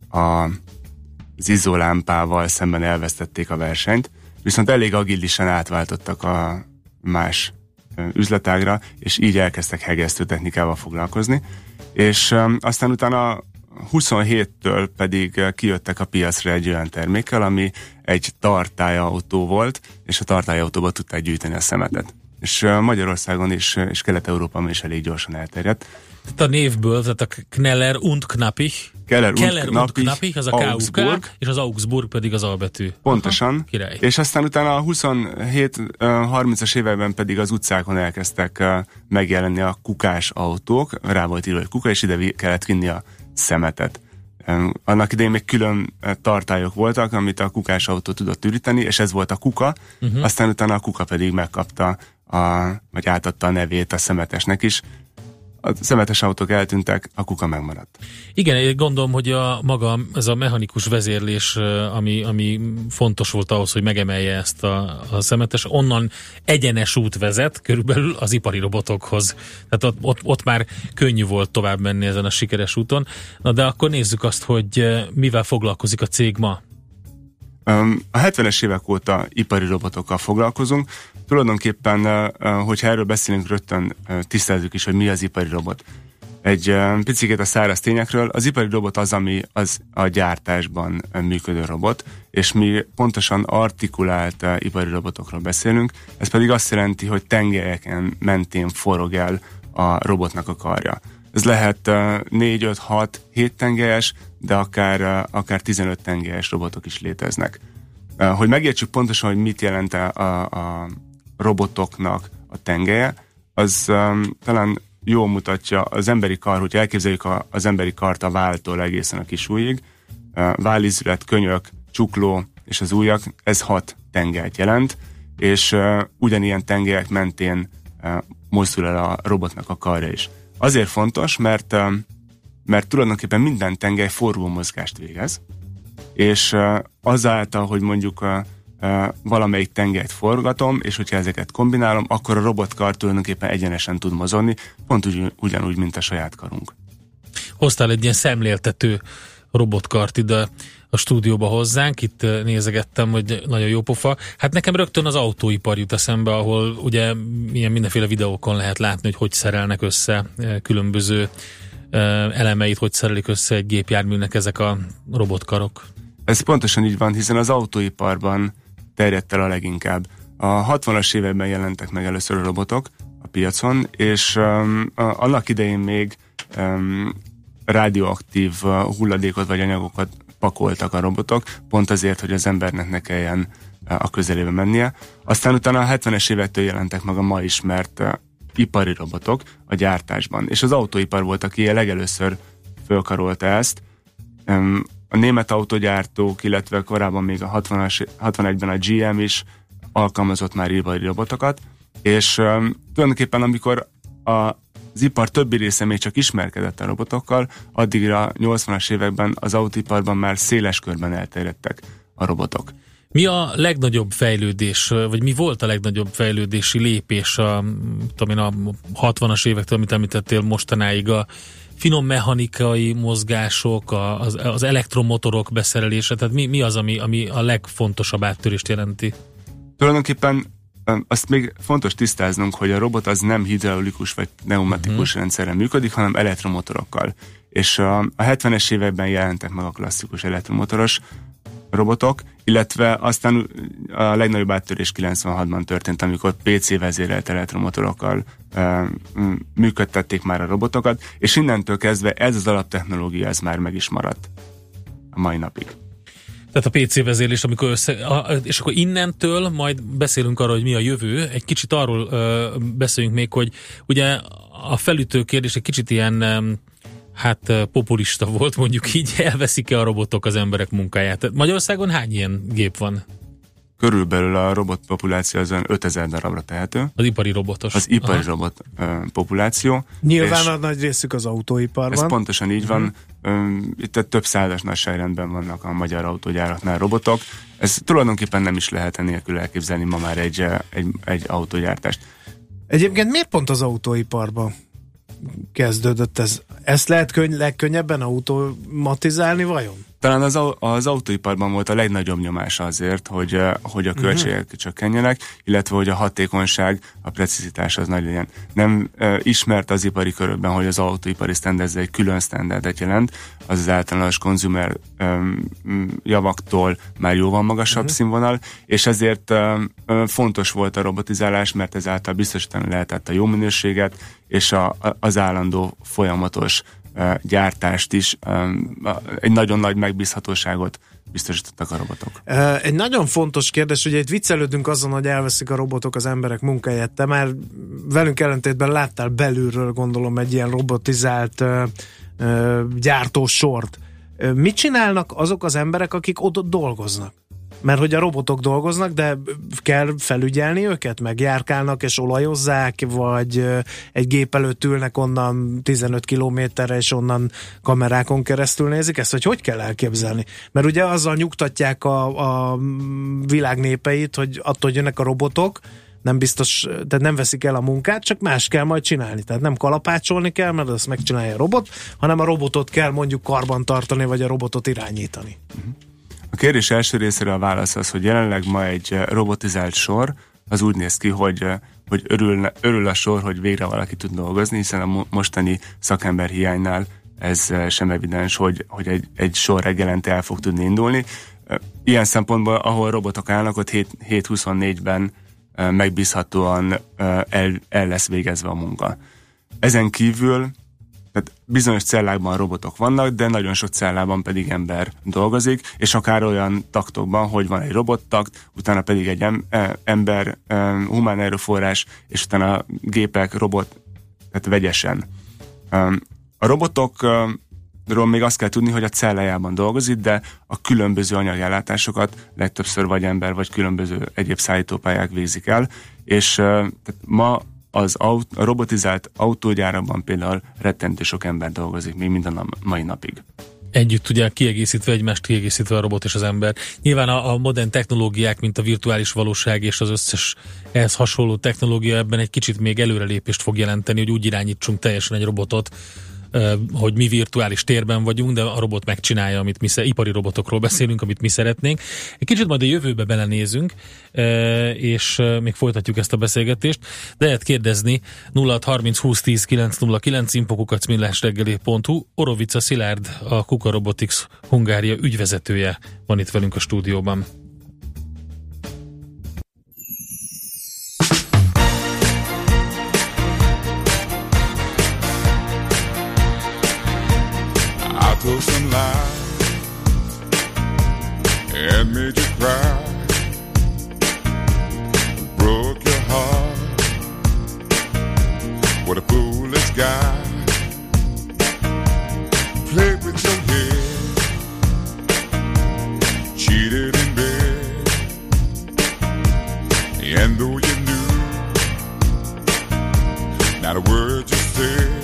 az izzólámpával szemben elvesztették a versenyt, viszont elég agilisan átváltottak a más üzletágra, és így elkezdtek hegesztő technikával foglalkozni, és aztán utána 27-től pedig kijöttek a piacra egy olyan termékkel, ami egy tartályautó volt, és a tartályautóba tudták gyűjteni a szemetet. És Magyarországon és Kelet-Európában is elég gyorsan elterjedt. Tehát a névből, tehát a Keller und Knappich, Keller und Knappich, az a Augsburg, és az Augsburg pedig az albetű. Pontosan. Aha, király. És aztán utána a 27-30-as években pedig az utcákon elkezdtek megjelenni a kukás autók, rá volt írva, hogy kuka, és ide kellett vinni a szemetet. Annak idején még külön tartályok voltak, amit a kukás autó tudott üríteni, és ez volt a kuka, aztán utána a kuka pedig megkapta, vagy átadta a nevét a szemetesnek is. A szemetes autók eltűntek, a kuka megmaradt. Igen, gondolom, hogy ez a mechanikus vezérlés, ami fontos volt ahhoz, hogy megemelje ezt a szemetes, onnan egyenes út vezet körülbelül az ipari robotokhoz. Tehát ott már könnyű volt tovább menni ezen a sikeres úton. Na de akkor nézzük azt, hogy mivel foglalkozik a cég ma. A 70-es évek óta ipari robotokkal foglalkozunk. Tulajdonképpen, hogyha erről beszélünk, rögtön tisztázzuk is, hogy mi az ipari robot. Egy picikét a száraz tényekről. Az ipari robot az, ami az a gyártásban működő robot, és mi pontosan artikulált ipari robotokról beszélünk. Ez pedig azt jelenti, hogy tengelyeken mentén forog el a robotnak a karja. Ez lehet 4, 5, 6, 7 tengelyes, de akár 15 tengelyes robotok is léteznek. Hogy megértsük pontosan, hogy mit jelent a robotoknak a tengelye, az talán jól mutatja az emberi kar, hogy elképzeljük az emberi kart a válltól egészen a kisujjig. Vállizület, könyök, csukló és az ujjak, ez 6 tengelyt jelent, és ugyanilyen tengelyek mentén mozdul el a robotnak a karja is. Azért fontos, mert tulajdonképpen minden tengely forgó mozgást végez, és azáltal, hogy mondjuk valamelyik tengelyt forgatom, és hogyha ezeket kombinálom, akkor a robotkar tulajdonképpen egyenesen tud mozogni, pont ugyanúgy, mint a saját karunk. Hoztál egy ilyen szemléltető robotkart ide a stúdióba hozzánk, itt nézegettem, hogy nagyon jó pofa. Hát nekem rögtön az autóipar jut eszembe, ahol ugye ilyen mindenféle videókon lehet látni, hogy szerelnek össze különböző elemeit, hogy szerelik össze egy gépjárműnek ezek a robotkarok. Ez pontosan így van, hiszen az autóiparban terjedt el a leginkább. A 60-as években jelentek meg először a robotok a piacon, és annak idején még radioaktív hulladékot vagy anyagokat pakoltak a robotok, pont azért, hogy az embernek ne kelljen a közelébe mennie. Aztán utána a 70-es évektől jelentek meg a ma ismert ipari robotok a gyártásban, és az autóipar volt, aki legelőször fölkarolta ezt. A német autógyártók, illetve korábban még a 61-ben a GM is alkalmazott már ipari robotokat, és tulajdonképpen amikor az az ipar többi része még csak ismerkedett a robotokkal, addigra a 80-as években az autóiparban már széles körben elterjedtek a robotok. Mi a legnagyobb fejlődés, vagy mi volt a legnagyobb fejlődési lépés a 60-as évektől, amit említettél mostanáig, a finom mechanikai mozgások, az elektromotorok beszerelése, tehát mi az, ami a legfontosabb áttörést jelenti? Tulajdonképpen azt még fontos tisztáznunk, hogy a robot az nem hidraulikus vagy pneumatikus rendszerrel működik, hanem elektromotorokkal. És a 70-es években jelentek meg a klasszikus elektromotoros robotok, illetve aztán a legnagyobb áttörés 96-ban történt, amikor PC vezérelt elektromotorokkal működtették már a robotokat, és innentől kezdve ez az alaptechnológia ez már meg is maradt a mai napig. Tehát a PC vezérlés, amikor és akkor innentől majd beszélünk arról, hogy mi a jövő. Egy kicsit arról beszéljünk még, hogy ugye a felütő kérdés egy kicsit ilyen populista volt, mondjuk így, elveszik-e a robotok az emberek munkáját? Magyarországon hány ilyen gép van? Körülbelül a robot populáció az 5000 darabra tehető. Az ipari robotos. Az ipari robot populáció. Nyilván a nagy részük az autóiparban. Ez pontosan így van. Itt több százas nagyságrendben vannak a magyar autógyáraknál robotok. Ez tulajdonképpen nem is lehet nélkül elképzelni ma már egy autógyártást. Egyébként miért pont az autóiparban kezdődött ez? Ezt lehet legkönnyebben automatizálni vajon? Talán az autóiparban volt a legnagyobb nyomás azért, hogy a költségek csökkenjenek, illetve hogy a hatékonyság, a precizitás az nagy legyen. Nem ismert az ipari körökben, hogy az autóipari standard egy külön standardet jelent, az általános konzumer javaktól már jóval magasabb színvonal, és ezért fontos volt a robotizálás, mert ezáltal biztosítani lehetett a jó minőséget, és az állandó folyamatos gyártást is, egy nagyon nagy megbízhatóságot biztosítottak a robotok. Egy nagyon fontos kérdés, ugye itt viccelődünk azon, hogy elveszik a robotok az emberek munkáját. Te már velünk ellentétben láttál belülről, gondolom, egy ilyen robotizált gyártósort. Mit csinálnak azok az emberek, akik ott dolgoznak? Mert hogy a robotok dolgoznak, de kell felügyelni őket, meg járkálnak és olajozzák, vagy egy gép előtt ülnek onnan 15 kilométerre, és onnan kamerákon keresztül nézik ezt, hogy kell elképzelni? Mert ugye azzal nyugtatják a világ népeit, hogy attól, hogy jönnek a robotok, nem biztos, tehát nem veszik el a munkát, csak más kell majd csinálni. Tehát nem kalapácsolni kell, mert azt megcsinálja a robot, hanem a robotot kell mondjuk karban tartani, vagy a robotot irányítani. A kérdés első részére a válasz az, hogy jelenleg ma egy robotizált sor, az úgy néz ki, hogy örül a sor, hogy végre valaki tud dolgozni, hiszen a mostani szakember hiánynál ez sem evidens, hogy egy sor reggelente el fog tudni indulni. Ilyen szempontból, ahol robotok állnak, ott 7-24-ben megbízhatóan el lesz végezve a munka. Ezen kívül tehát bizonyos cellákban robotok vannak, de nagyon sok cellában pedig ember dolgozik, és akár olyan taktokban, hogy van egy robottakt, utána pedig egy ember, humán erőforrás, és utána a gépek, robot, tehát vegyesen. A robotokról még azt kell tudni, hogy a cellájában dolgozik, de a különböző anyagjellátásokat legtöbbször vagy ember, vagy különböző egyéb szállítópályák végzik el, és tehát ma a robotizált autógyárakban például rettentő sok ember dolgozik még minden a mai napig. Együtt ugye egymást kiegészítve a robot és az ember. Nyilván a modern technológiák, mint a virtuális valóság és az összes ehhez hasonló technológia ebben egy kicsit még előrelépést fog jelenteni, hogy úgy irányítsunk teljesen egy robotot, hogy mi virtuális térben vagyunk, de a robot megcsinálja, amit mi ipari robotokról beszélünk, amit mi szeretnénk. Egy kicsit majd a jövőbe belenézünk, és még folytatjuk ezt a beszélgetést, de lehet kérdezni 0630 20 10 909 info@millásreggeli.hu. Orovica Szilárd, a KUKA Robotics Hungária ügyvezetője van itt velünk a stúdióban. Told some lies and made you cry, broke your heart. What a foolish guy. Played with your head, cheated in bed, and though you knew not a word you said,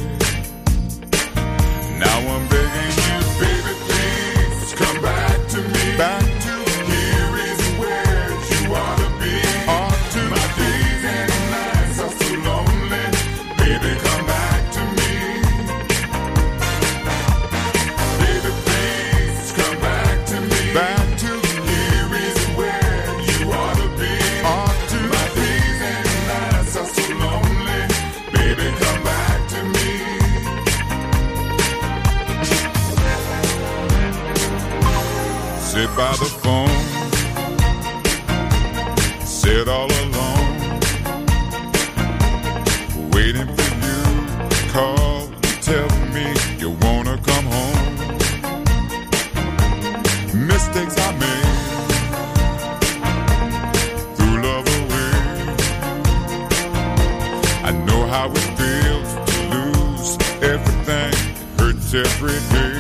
sit by the phone, sit all alone, waiting for you to call and tell me you wanna come home. Mistakes I made threw love away. I know how it feels to lose everything. It hurts every day.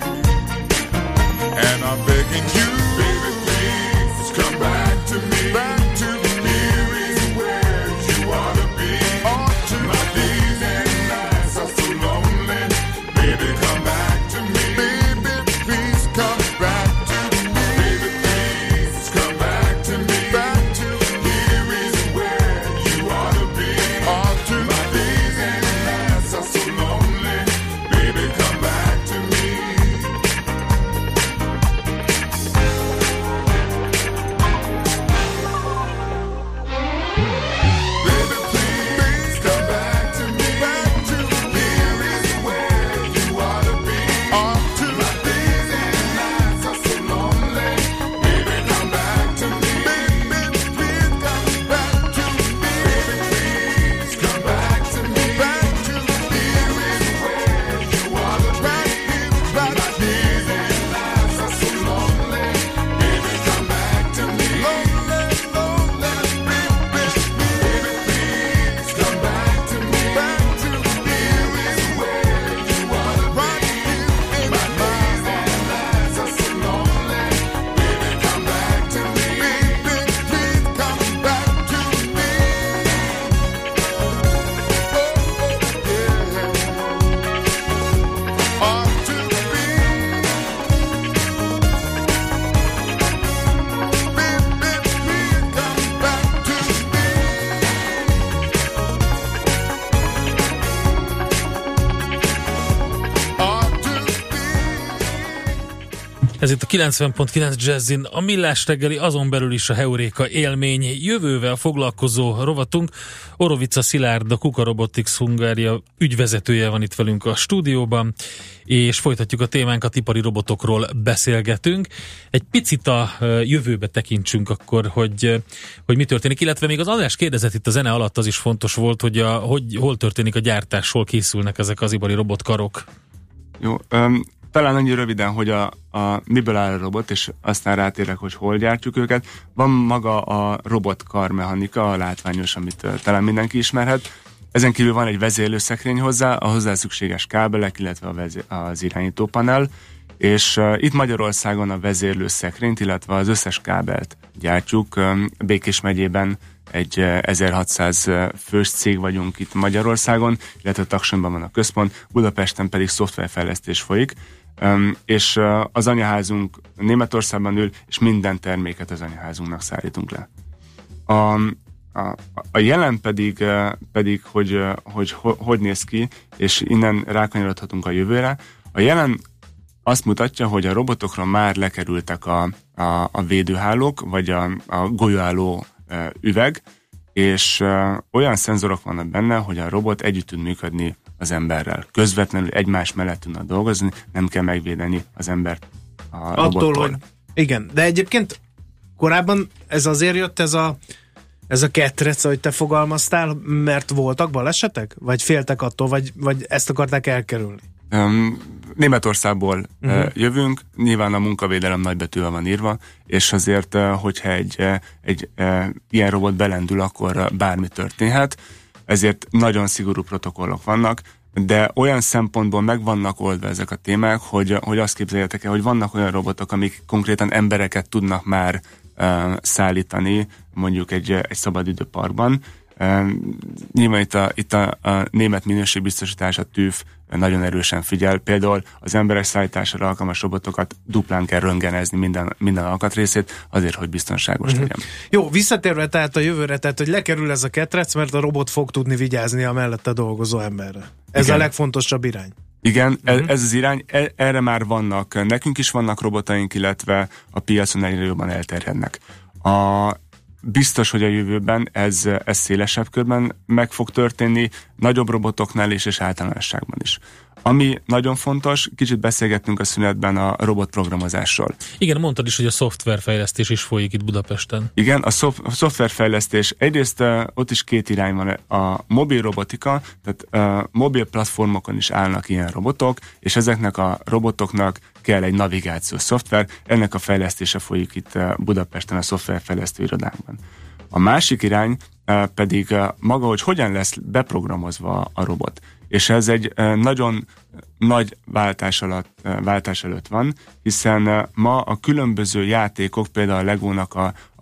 And I'm begging you, baby, please come back to me. Back to me. Here is where you ought to be. My days and nights are so lonely. Baby, come back to me. Baby, please come back to me. Baby, please come back to me. Back to me. Here is where you ought to be. My days and nights are so lonely. Baby, come back to me. Ez itt a 90.9 Jazzin, a Millás reggeli, azon belül is a Heuréka élmény jövővel foglalkozó rovatunk. Orovica Szilárd, a Kuka Robotics Hungária ügyvezetője van itt velünk a stúdióban, és folytatjuk a témánkat, ipari robotokról beszélgetünk. Egy picit a jövőbe tekintsünk akkor, hogy mi történik, illetve még az András kérdezett itt a zene alatt, az is fontos volt, hogy hol történik a gyártás, hol készülnek ezek az ipari robotkarok. Jó, talán annyi röviden, hogy a miből áll a robot, és aztán rátérek, hogy hol gyártjuk őket. Van maga a robotkarmechanika, a látványos, amit talán mindenki ismerhet. Ezen kívül van egy vezérlőszekrény hozzá, a hozzá szükséges kábelek, illetve az irányítópanel, és itt Magyarországon a vezérlőszekrényt, illetve az összes kábelt gyártjuk. Békés megyében egy 1600 fős cég vagyunk itt Magyarországon, illetve Taksonyban van a központ, Budapesten pedig szoftverfejlesztés folyik, és az anyaházunk Németországban ül, és minden terméket az anyaházunknak szállítunk le. A jelen pedig hogy néz ki, és innen rákanyarodhatunk a jövőre. A jelen azt mutatja, hogy a robotokra már lekerültek a védőhálók, vagy a golyóálló üveg, és olyan szenzorok vannak benne, hogy a robot együtt tud működni az emberrel. Közvetlenül egymás mellett tudnak dolgozni, nem kell megvédeni az embert a robottól. Hogy igen, de egyébként korábban ez azért jött ez a ketrec, ahogy te fogalmaztál, mert voltak balesetek? Vagy féltek attól, vagy ezt akarták elkerülni? Németországból jövünk, nyilván a munkavédelem nagybetűvel van írva, és azért, hogyha egy ilyen robot belendül, akkor bármi történhet, ezért nagyon szigorú protokollok vannak, de olyan szempontból meg vannak oldva ezek a témák, hogy azt képzeljétek el, hogy vannak olyan robotok, amik konkrétan embereket tudnak már szállítani, mondjuk egy szabadidőparkban. Nyilván itt a német minőségbiztosítás, a TÜV nagyon erősen figyel. Például az emberek szállítására alkalmas robotokat duplán kell röntgenezni minden alkatrészét, azért, hogy biztonságos legyen. Jó, visszatérve tehát a jövőre, tehát hogy lekerül ez a ketrec, mert a robot fog tudni vigyázni a mellette dolgozó emberre. Ez a legfontosabb irány. Igen, ez az irány, erre már vannak, nekünk is vannak robotaink, illetve a piacon egyre jobban elterjednek. Biztos, hogy a jövőben ez szélesebb körben meg fog történni, nagyobb robotoknál is, és általánosságban is. Ami nagyon fontos, kicsit beszélgettünk a szünetben a robotprogramozásról. Igen, mondtad is, hogy a szoftverfejlesztés is folyik itt Budapesten. Igen, a szoftverfejlesztés, egyrészt ott is két irány van. A mobil robotika, tehát mobil platformokon is állnak ilyen robotok, és ezeknek a robotoknak kell egy navigációs szoftver, ennek a fejlesztése folyik itt Budapesten a szoftverfejlesztő irodánkban. A másik irány pedig maga, hogy hogyan lesz beprogramozva a robot. És ez egy nagyon nagy váltás előtt van, hiszen ma a különböző játékok, például a Legónak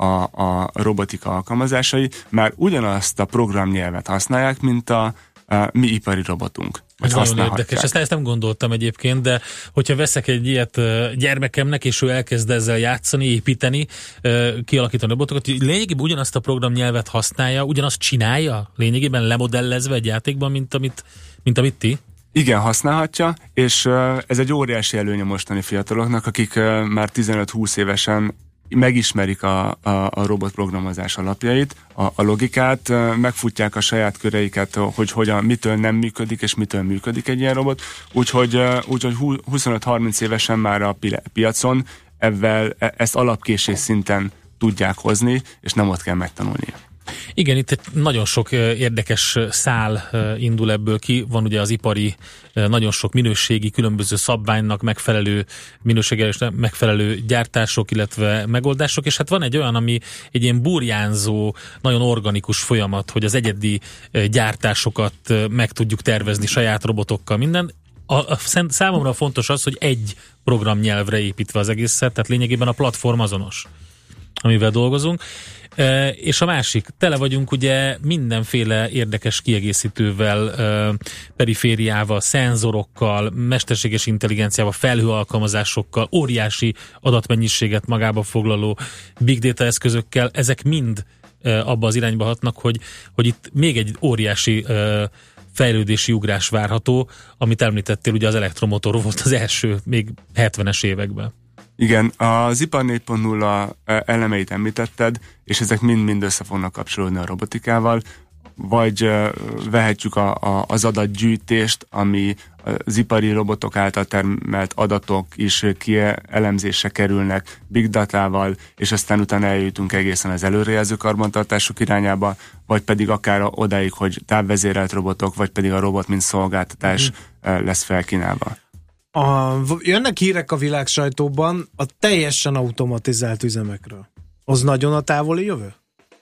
a robotika alkalmazásai már ugyanazt a programnyelvet használják, mint a mi ipari robotunk. Nagyon érdekes, ezt nem gondoltam egyébként, de hogyha veszek egy ilyet gyermekemnek, és ő elkezd ezzel játszani, építeni, kialakítani robotokat, lényegében ugyanazt a programnyelvet használja, ugyanazt csinálja, lényegében lemodellezve egy játékban, mint amit ti? Igen, használhatja, és ez egy óriási előny a mostani fiataloknak, akik már 15-20 évesen megismerik a robotprogramozás alapjait, a logikát, megfutják a saját köreiket, hogy hogyan, mitől nem működik, és mitől működik egy ilyen robot. Úgyhogy 25-30 évesen már a piacon ezt alapkésés szinten tudják hozni, és nem ott kell megtanulnia. Igen, itt nagyon sok érdekes szál indul ebből ki. Van ugye az ipari, nagyon sok minőségi, különböző szabványnak megfelelő, minőségelésnek megfelelő gyártások, illetve megoldások, és hát van egy olyan, ami egy ilyen burjánzó, nagyon organikus folyamat, hogy az egyedi gyártásokat meg tudjuk tervezni saját robotokkal, minden. Számomra fontos az, hogy egy programnyelvre építve az egészet, tehát lényegében a platform azonos, amivel dolgozunk. És a másik, tele vagyunk ugye mindenféle érdekes kiegészítővel, perifériával, szenzorokkal, mesterséges intelligenciával, felhőalkalmazásokkal, óriási adatmennyiséget magába foglaló big data eszközökkel, ezek mind abba az irányba hatnak, hogy itt még egy óriási fejlődési ugrás várható, amit említettél, ugye az elektromotor volt az első, még 70-es években. Igen, az ipar 4.0 elemeit említetted, és ezek mind-mind össze fognak kapcsolódni a robotikával, vagy vehetjük az adatgyűjtést, ami az ipari robotok által termelt adatok is elemzésre kerülnek big datával, és aztán utána eljutunk egészen az előrejelző karbantartások irányába, vagy pedig akár odáig, hogy távvezérelt robotok, vagy pedig a robot mint szolgáltatás lesz felkínálva. Jönnek hírek a világsajtóban a teljesen automatizált üzemekről. Az nagyon a távoli jövő?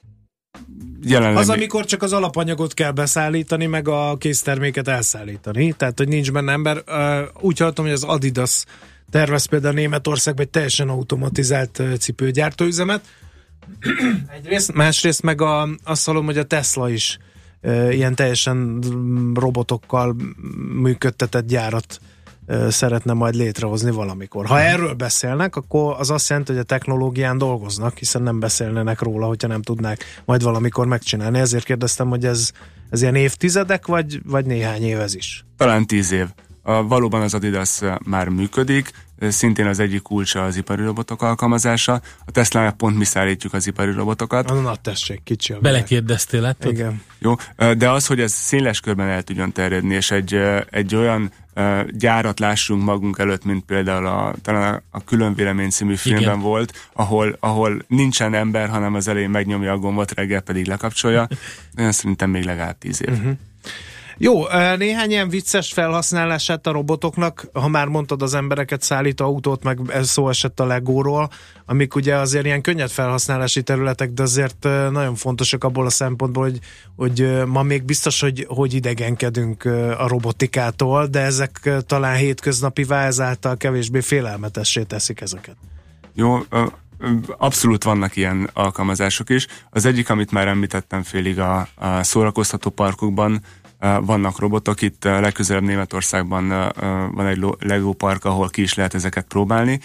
Jelenleg az, amikor csak az alapanyagot kell beszállítani, meg a készterméket elszállítani. Tehát, hogy nincs benne ember. Úgy hallottam, hogy az Adidas tervez például Németországban egy teljesen automatizált cipőgyártóüzemet. Egyrészt, másrészt meg azt hallom, hogy a Tesla is ilyen teljesen robotokkal működtetett gyárat szeretne majd létrehozni valamikor. Ha erről beszélnek, akkor az azt jelenti, hogy a technológián dolgoznak, hiszen nem beszélnének róla, hogyha nem tudnák majd valamikor megcsinálni. Ezért kérdeztem, hogy ez ilyen évtizedek, vagy néhány év ez is? Talán 10 év. Valóban az Adidas már működik, szintén az egyik kulcsa az ipari robotok alkalmazása. A Tesla-nál pont mi szállítjuk az ipari robotokat. Na tessék, kicsi a belekérdeztél, látod? Igen. Jó, de az, hogy ez széles körben el tudjon terjedni, és egy olyan gyárat lássunk magunk előtt, mint például talán a Különvélemény című filmben igen. volt, ahol nincsen ember, hanem az elején megnyomja a gombot, reggel pedig lekapcsolja. Én szerintem még legalább 10 év. Jó, néhány ilyen vicces felhasználását a robotoknak, ha már mondtad az embereket szállító autót, meg szó esett a Legóról, amik ugye azért ilyen könnyed felhasználási területek, de azért nagyon fontosak abból a szempontból, hogy ma még biztos, hogy idegenkedünk a robotikától, de ezek talán hétköznapivá, ezáltal kevésbé félelmetessé teszik ezeket. Jó, abszolút vannak ilyen alkalmazások is. Az egyik, amit már említettem félig, a szórakoztató parkokban vannak robotok, itt legközelebb Németországban van egy Lego park, ahol ki is lehet ezeket próbálni.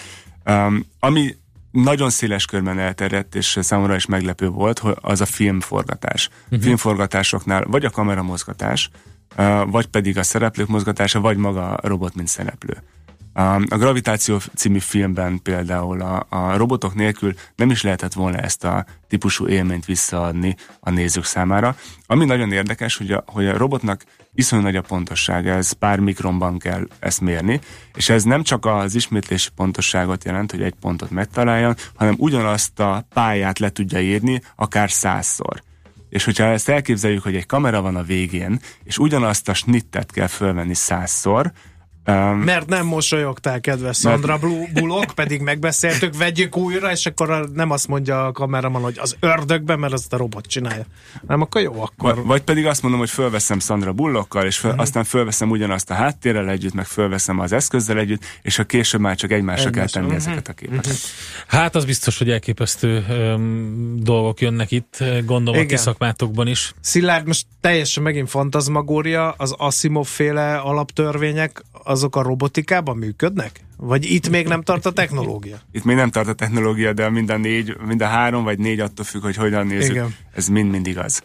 Ami nagyon széles körben elterjedt, és számomra is meglepő volt, hogy az a filmforgatás. Filmforgatásoknál vagy a kameramozgatás, vagy pedig a szereplők mozgatása, vagy maga a robot, mint szereplő. A Gravitáció című filmben például a robotok nélkül nem is lehetett volna ezt a típusú élményt visszaadni a nézők számára. Ami nagyon érdekes, hogy a robotnak iszonyú nagy a pontossága, ez pár mikronban kell ezt mérni, és ez nem csak az ismétlési pontosságot jelent, hogy egy pontot megtaláljon, hanem ugyanazt a pályát le tudja írni akár 100-szor. És hogyha ezt elképzeljük, hogy egy kamera van a végén, és ugyanazt a snittet kell fölvenni 100-szor, mert nem mosolyogtál, kedves Sandra Bullock, pedig megbeszéltük, vegyük újra, és akkor nem azt mondja a kameraman, hogy az ördögben, mert azt a robot csinálja. Nem, akkor jó, akkor... Vagy pedig azt mondom, hogy fölveszem Sandra Bullockkal, és aztán fölveszem ugyanazt a háttérrel együtt, meg fölveszem az eszközzel együtt, és a később már csak egymásra kell tenni ezeket a képeket. Hát az biztos, hogy elképesztő dolgok jönnek itt, gondolom a ti szakmátokban is. Szilárd, most teljesen megint fantazmagória, az Asimov-féle alaptörvények, azok a robotikában működnek? Vagy itt még nem tart a technológia? Itt még nem tart a technológia, de mind a 3 vagy 4 attól függ, hogy hogyan nézzük. Igen. Ez mind igaz.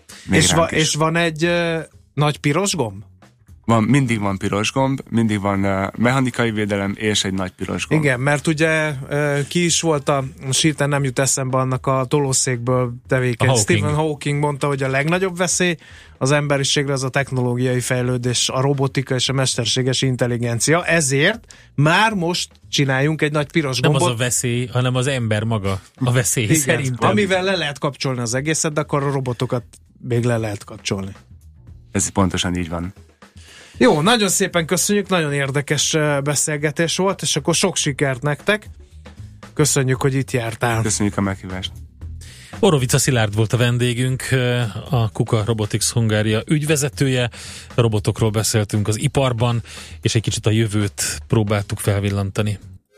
És van egy nagy piros gomb? Mindig van piros gomb, mindig van mechanikai védelem és egy nagy piros gomb. Igen, mert ugye ki is volt most hirtelen nem jut eszembe annak a tolószékből tevékeny. Stephen Hawking mondta, hogy a legnagyobb veszély az emberiségre az a technológiai fejlődés, a robotika és a mesterséges intelligencia. Ezért már most csináljunk egy nagy piros gombot. Nem az a veszély, hanem az ember maga a veszély. Igen, szerintem. Amivel le lehet kapcsolni az egészet, de akkor a robotokat még le lehet kapcsolni. Ez pontosan így van. Jó, nagyon szépen köszönjük, nagyon érdekes beszélgetés volt, és akkor sok sikert nektek. Köszönjük, hogy itt jártál. Köszönjük a meghívást. Orovica Szilárd volt a vendégünk, a KUKA Robotics Hungária ügyvezetője. A robotokról beszéltünk az iparban, és egy kicsit a jövőt próbáltuk felvillantani.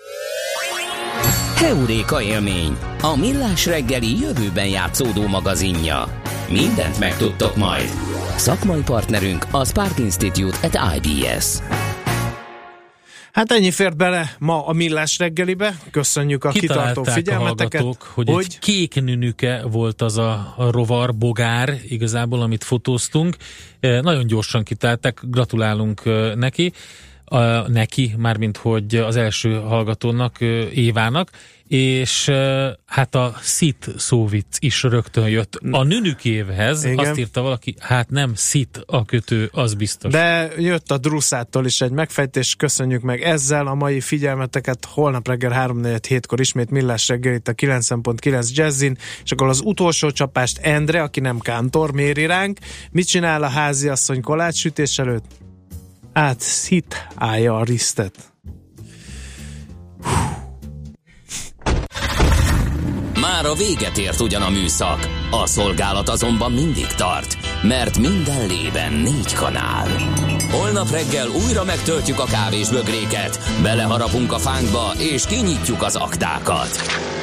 Heuréka élmény, a Millás reggeli jövőben játszódó magazinja. Mindent megtudtok majd. Szakmai partnerünk a Spark Institute at IBS. Hát ennyi fért bele ma a Millás reggelibe. Köszönjük a kitartó figyelmeteket. Hogy egy kék nünüke volt az a rovar, bogár igazából, amit fotóztunk. Nagyon gyorsan kitálták, gratulálunk neki. Mármint hogy az első hallgatónak, Évának, és hát a szit szóvic is rögtön jött a nünükévhez. Igen. Azt írta valaki, hát nem szit a kötő, az biztos. De jött a Druszától is egy megfejtés, köszönjük meg ezzel a mai figyelmeteket. Holnap reggel 3-4-7-kor ismét Millás reggel itt a 90.9 Jazzin, és akkor az utolsó csapást Endre, aki nem kántor, méri ránk. Mit csinál a háziasszony kolácssütés előtt? Szitálja a risztet. Már a véget ért ugyan a műszak, a szolgálat azonban mindig tart, mert minden lében 4 kanál. Holnap reggel újra megtöltjük a kávésbögréket, beleharapunk a fánkba és kinyitjuk az aktákat.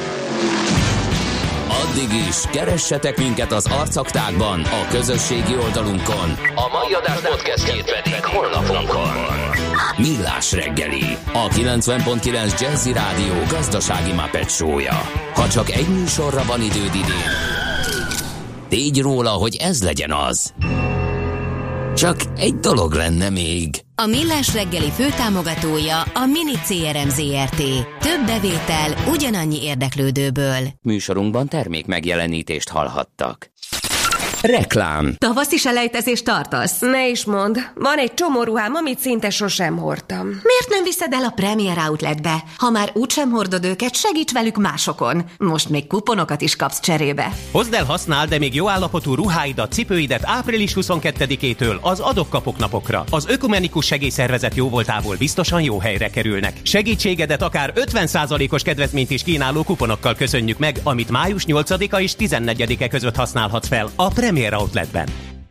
Addig is keressetek minket az arcaktákban, a közösségi oldalunkon, a mai adás podcastjét pedig honlapunkon. Millás reggeli, a 90.9 Jazzy Rádió gazdasági Muppet show-ja. Ha csak egy műsorra van időd idén, tégy róla, hogy ez legyen az. Csak egy dolog lenne még. A Millás reggeli főtámogatója a Mini CRM Zrt. Több bevétel ugyanannyi érdeklődőből. Műsorunkban termék megjelenítést hallhattak. Reklám. Tavaszi selejtezést tartasz? Ne is mondd, van egy csomó ruhám, amit szinte sosem hordtam. Miért nem viszed el a Premier Outletbe? Ha már úgysem hordod őket, segíts velük másokon. Most még kuponokat is kapsz cserébe. Hozd el, használd, de még jó állapotú ruháidat, cipőidet április 22-től az adok-kapok napokra. Az Ökumenikus Segélyszervezet jóvoltából biztosan jó helyre kerülnek. Segítségedet akár 50%-os kedvezményt is kínáló kuponokkal köszönjük meg, amit május 8-a és 14-e között használhatsz fel a Premier Outletben.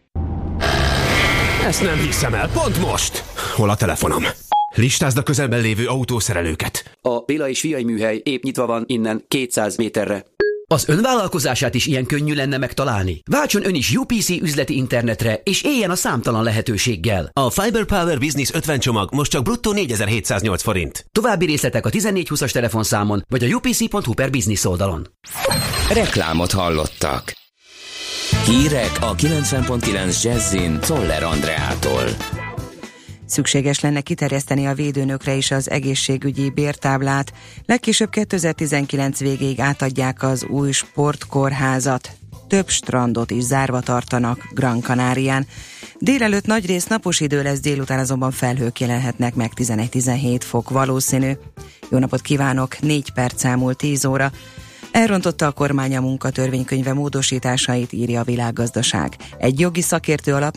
Ezt nem hiszem el, pont most! Hol a telefonom? Listázd a közelben lévő autószerelőket. A Béla és Fiai műhely épp nyitva van innen 200 méterre. Az önvállalkozását is ilyen könnyű lenne megtalálni? Váltson ön is UPC üzleti internetre, és éljen a számtalan lehetőséggel. A Fiber Power Business 50 csomag most csak bruttó 4708 forint. További részletek a 1420-as telefonszámon, vagy a upc.hu/business oldalon. Reklámot hallottak. Hírek a 90.9 Jazzin Czoller Andreától. Szükséges lenne kiterjeszteni a védőnökre is az egészségügyi bértáblát. Legkésőbb 2019 végéig átadják az új sportkórházat. Több strandot is zárva tartanak Gran Canarián. Délelőtt nagyrészt napos idő lesz, délután azonban felhők jelenhetnek meg, 11-17 fok valószínű. Jó napot kívánok, 4 perc elmúlt 10 óra. Elrontotta a kormány a munkatörvénykönyve módosításait, írja a Világgazdaság. Egy jogi szakértő alap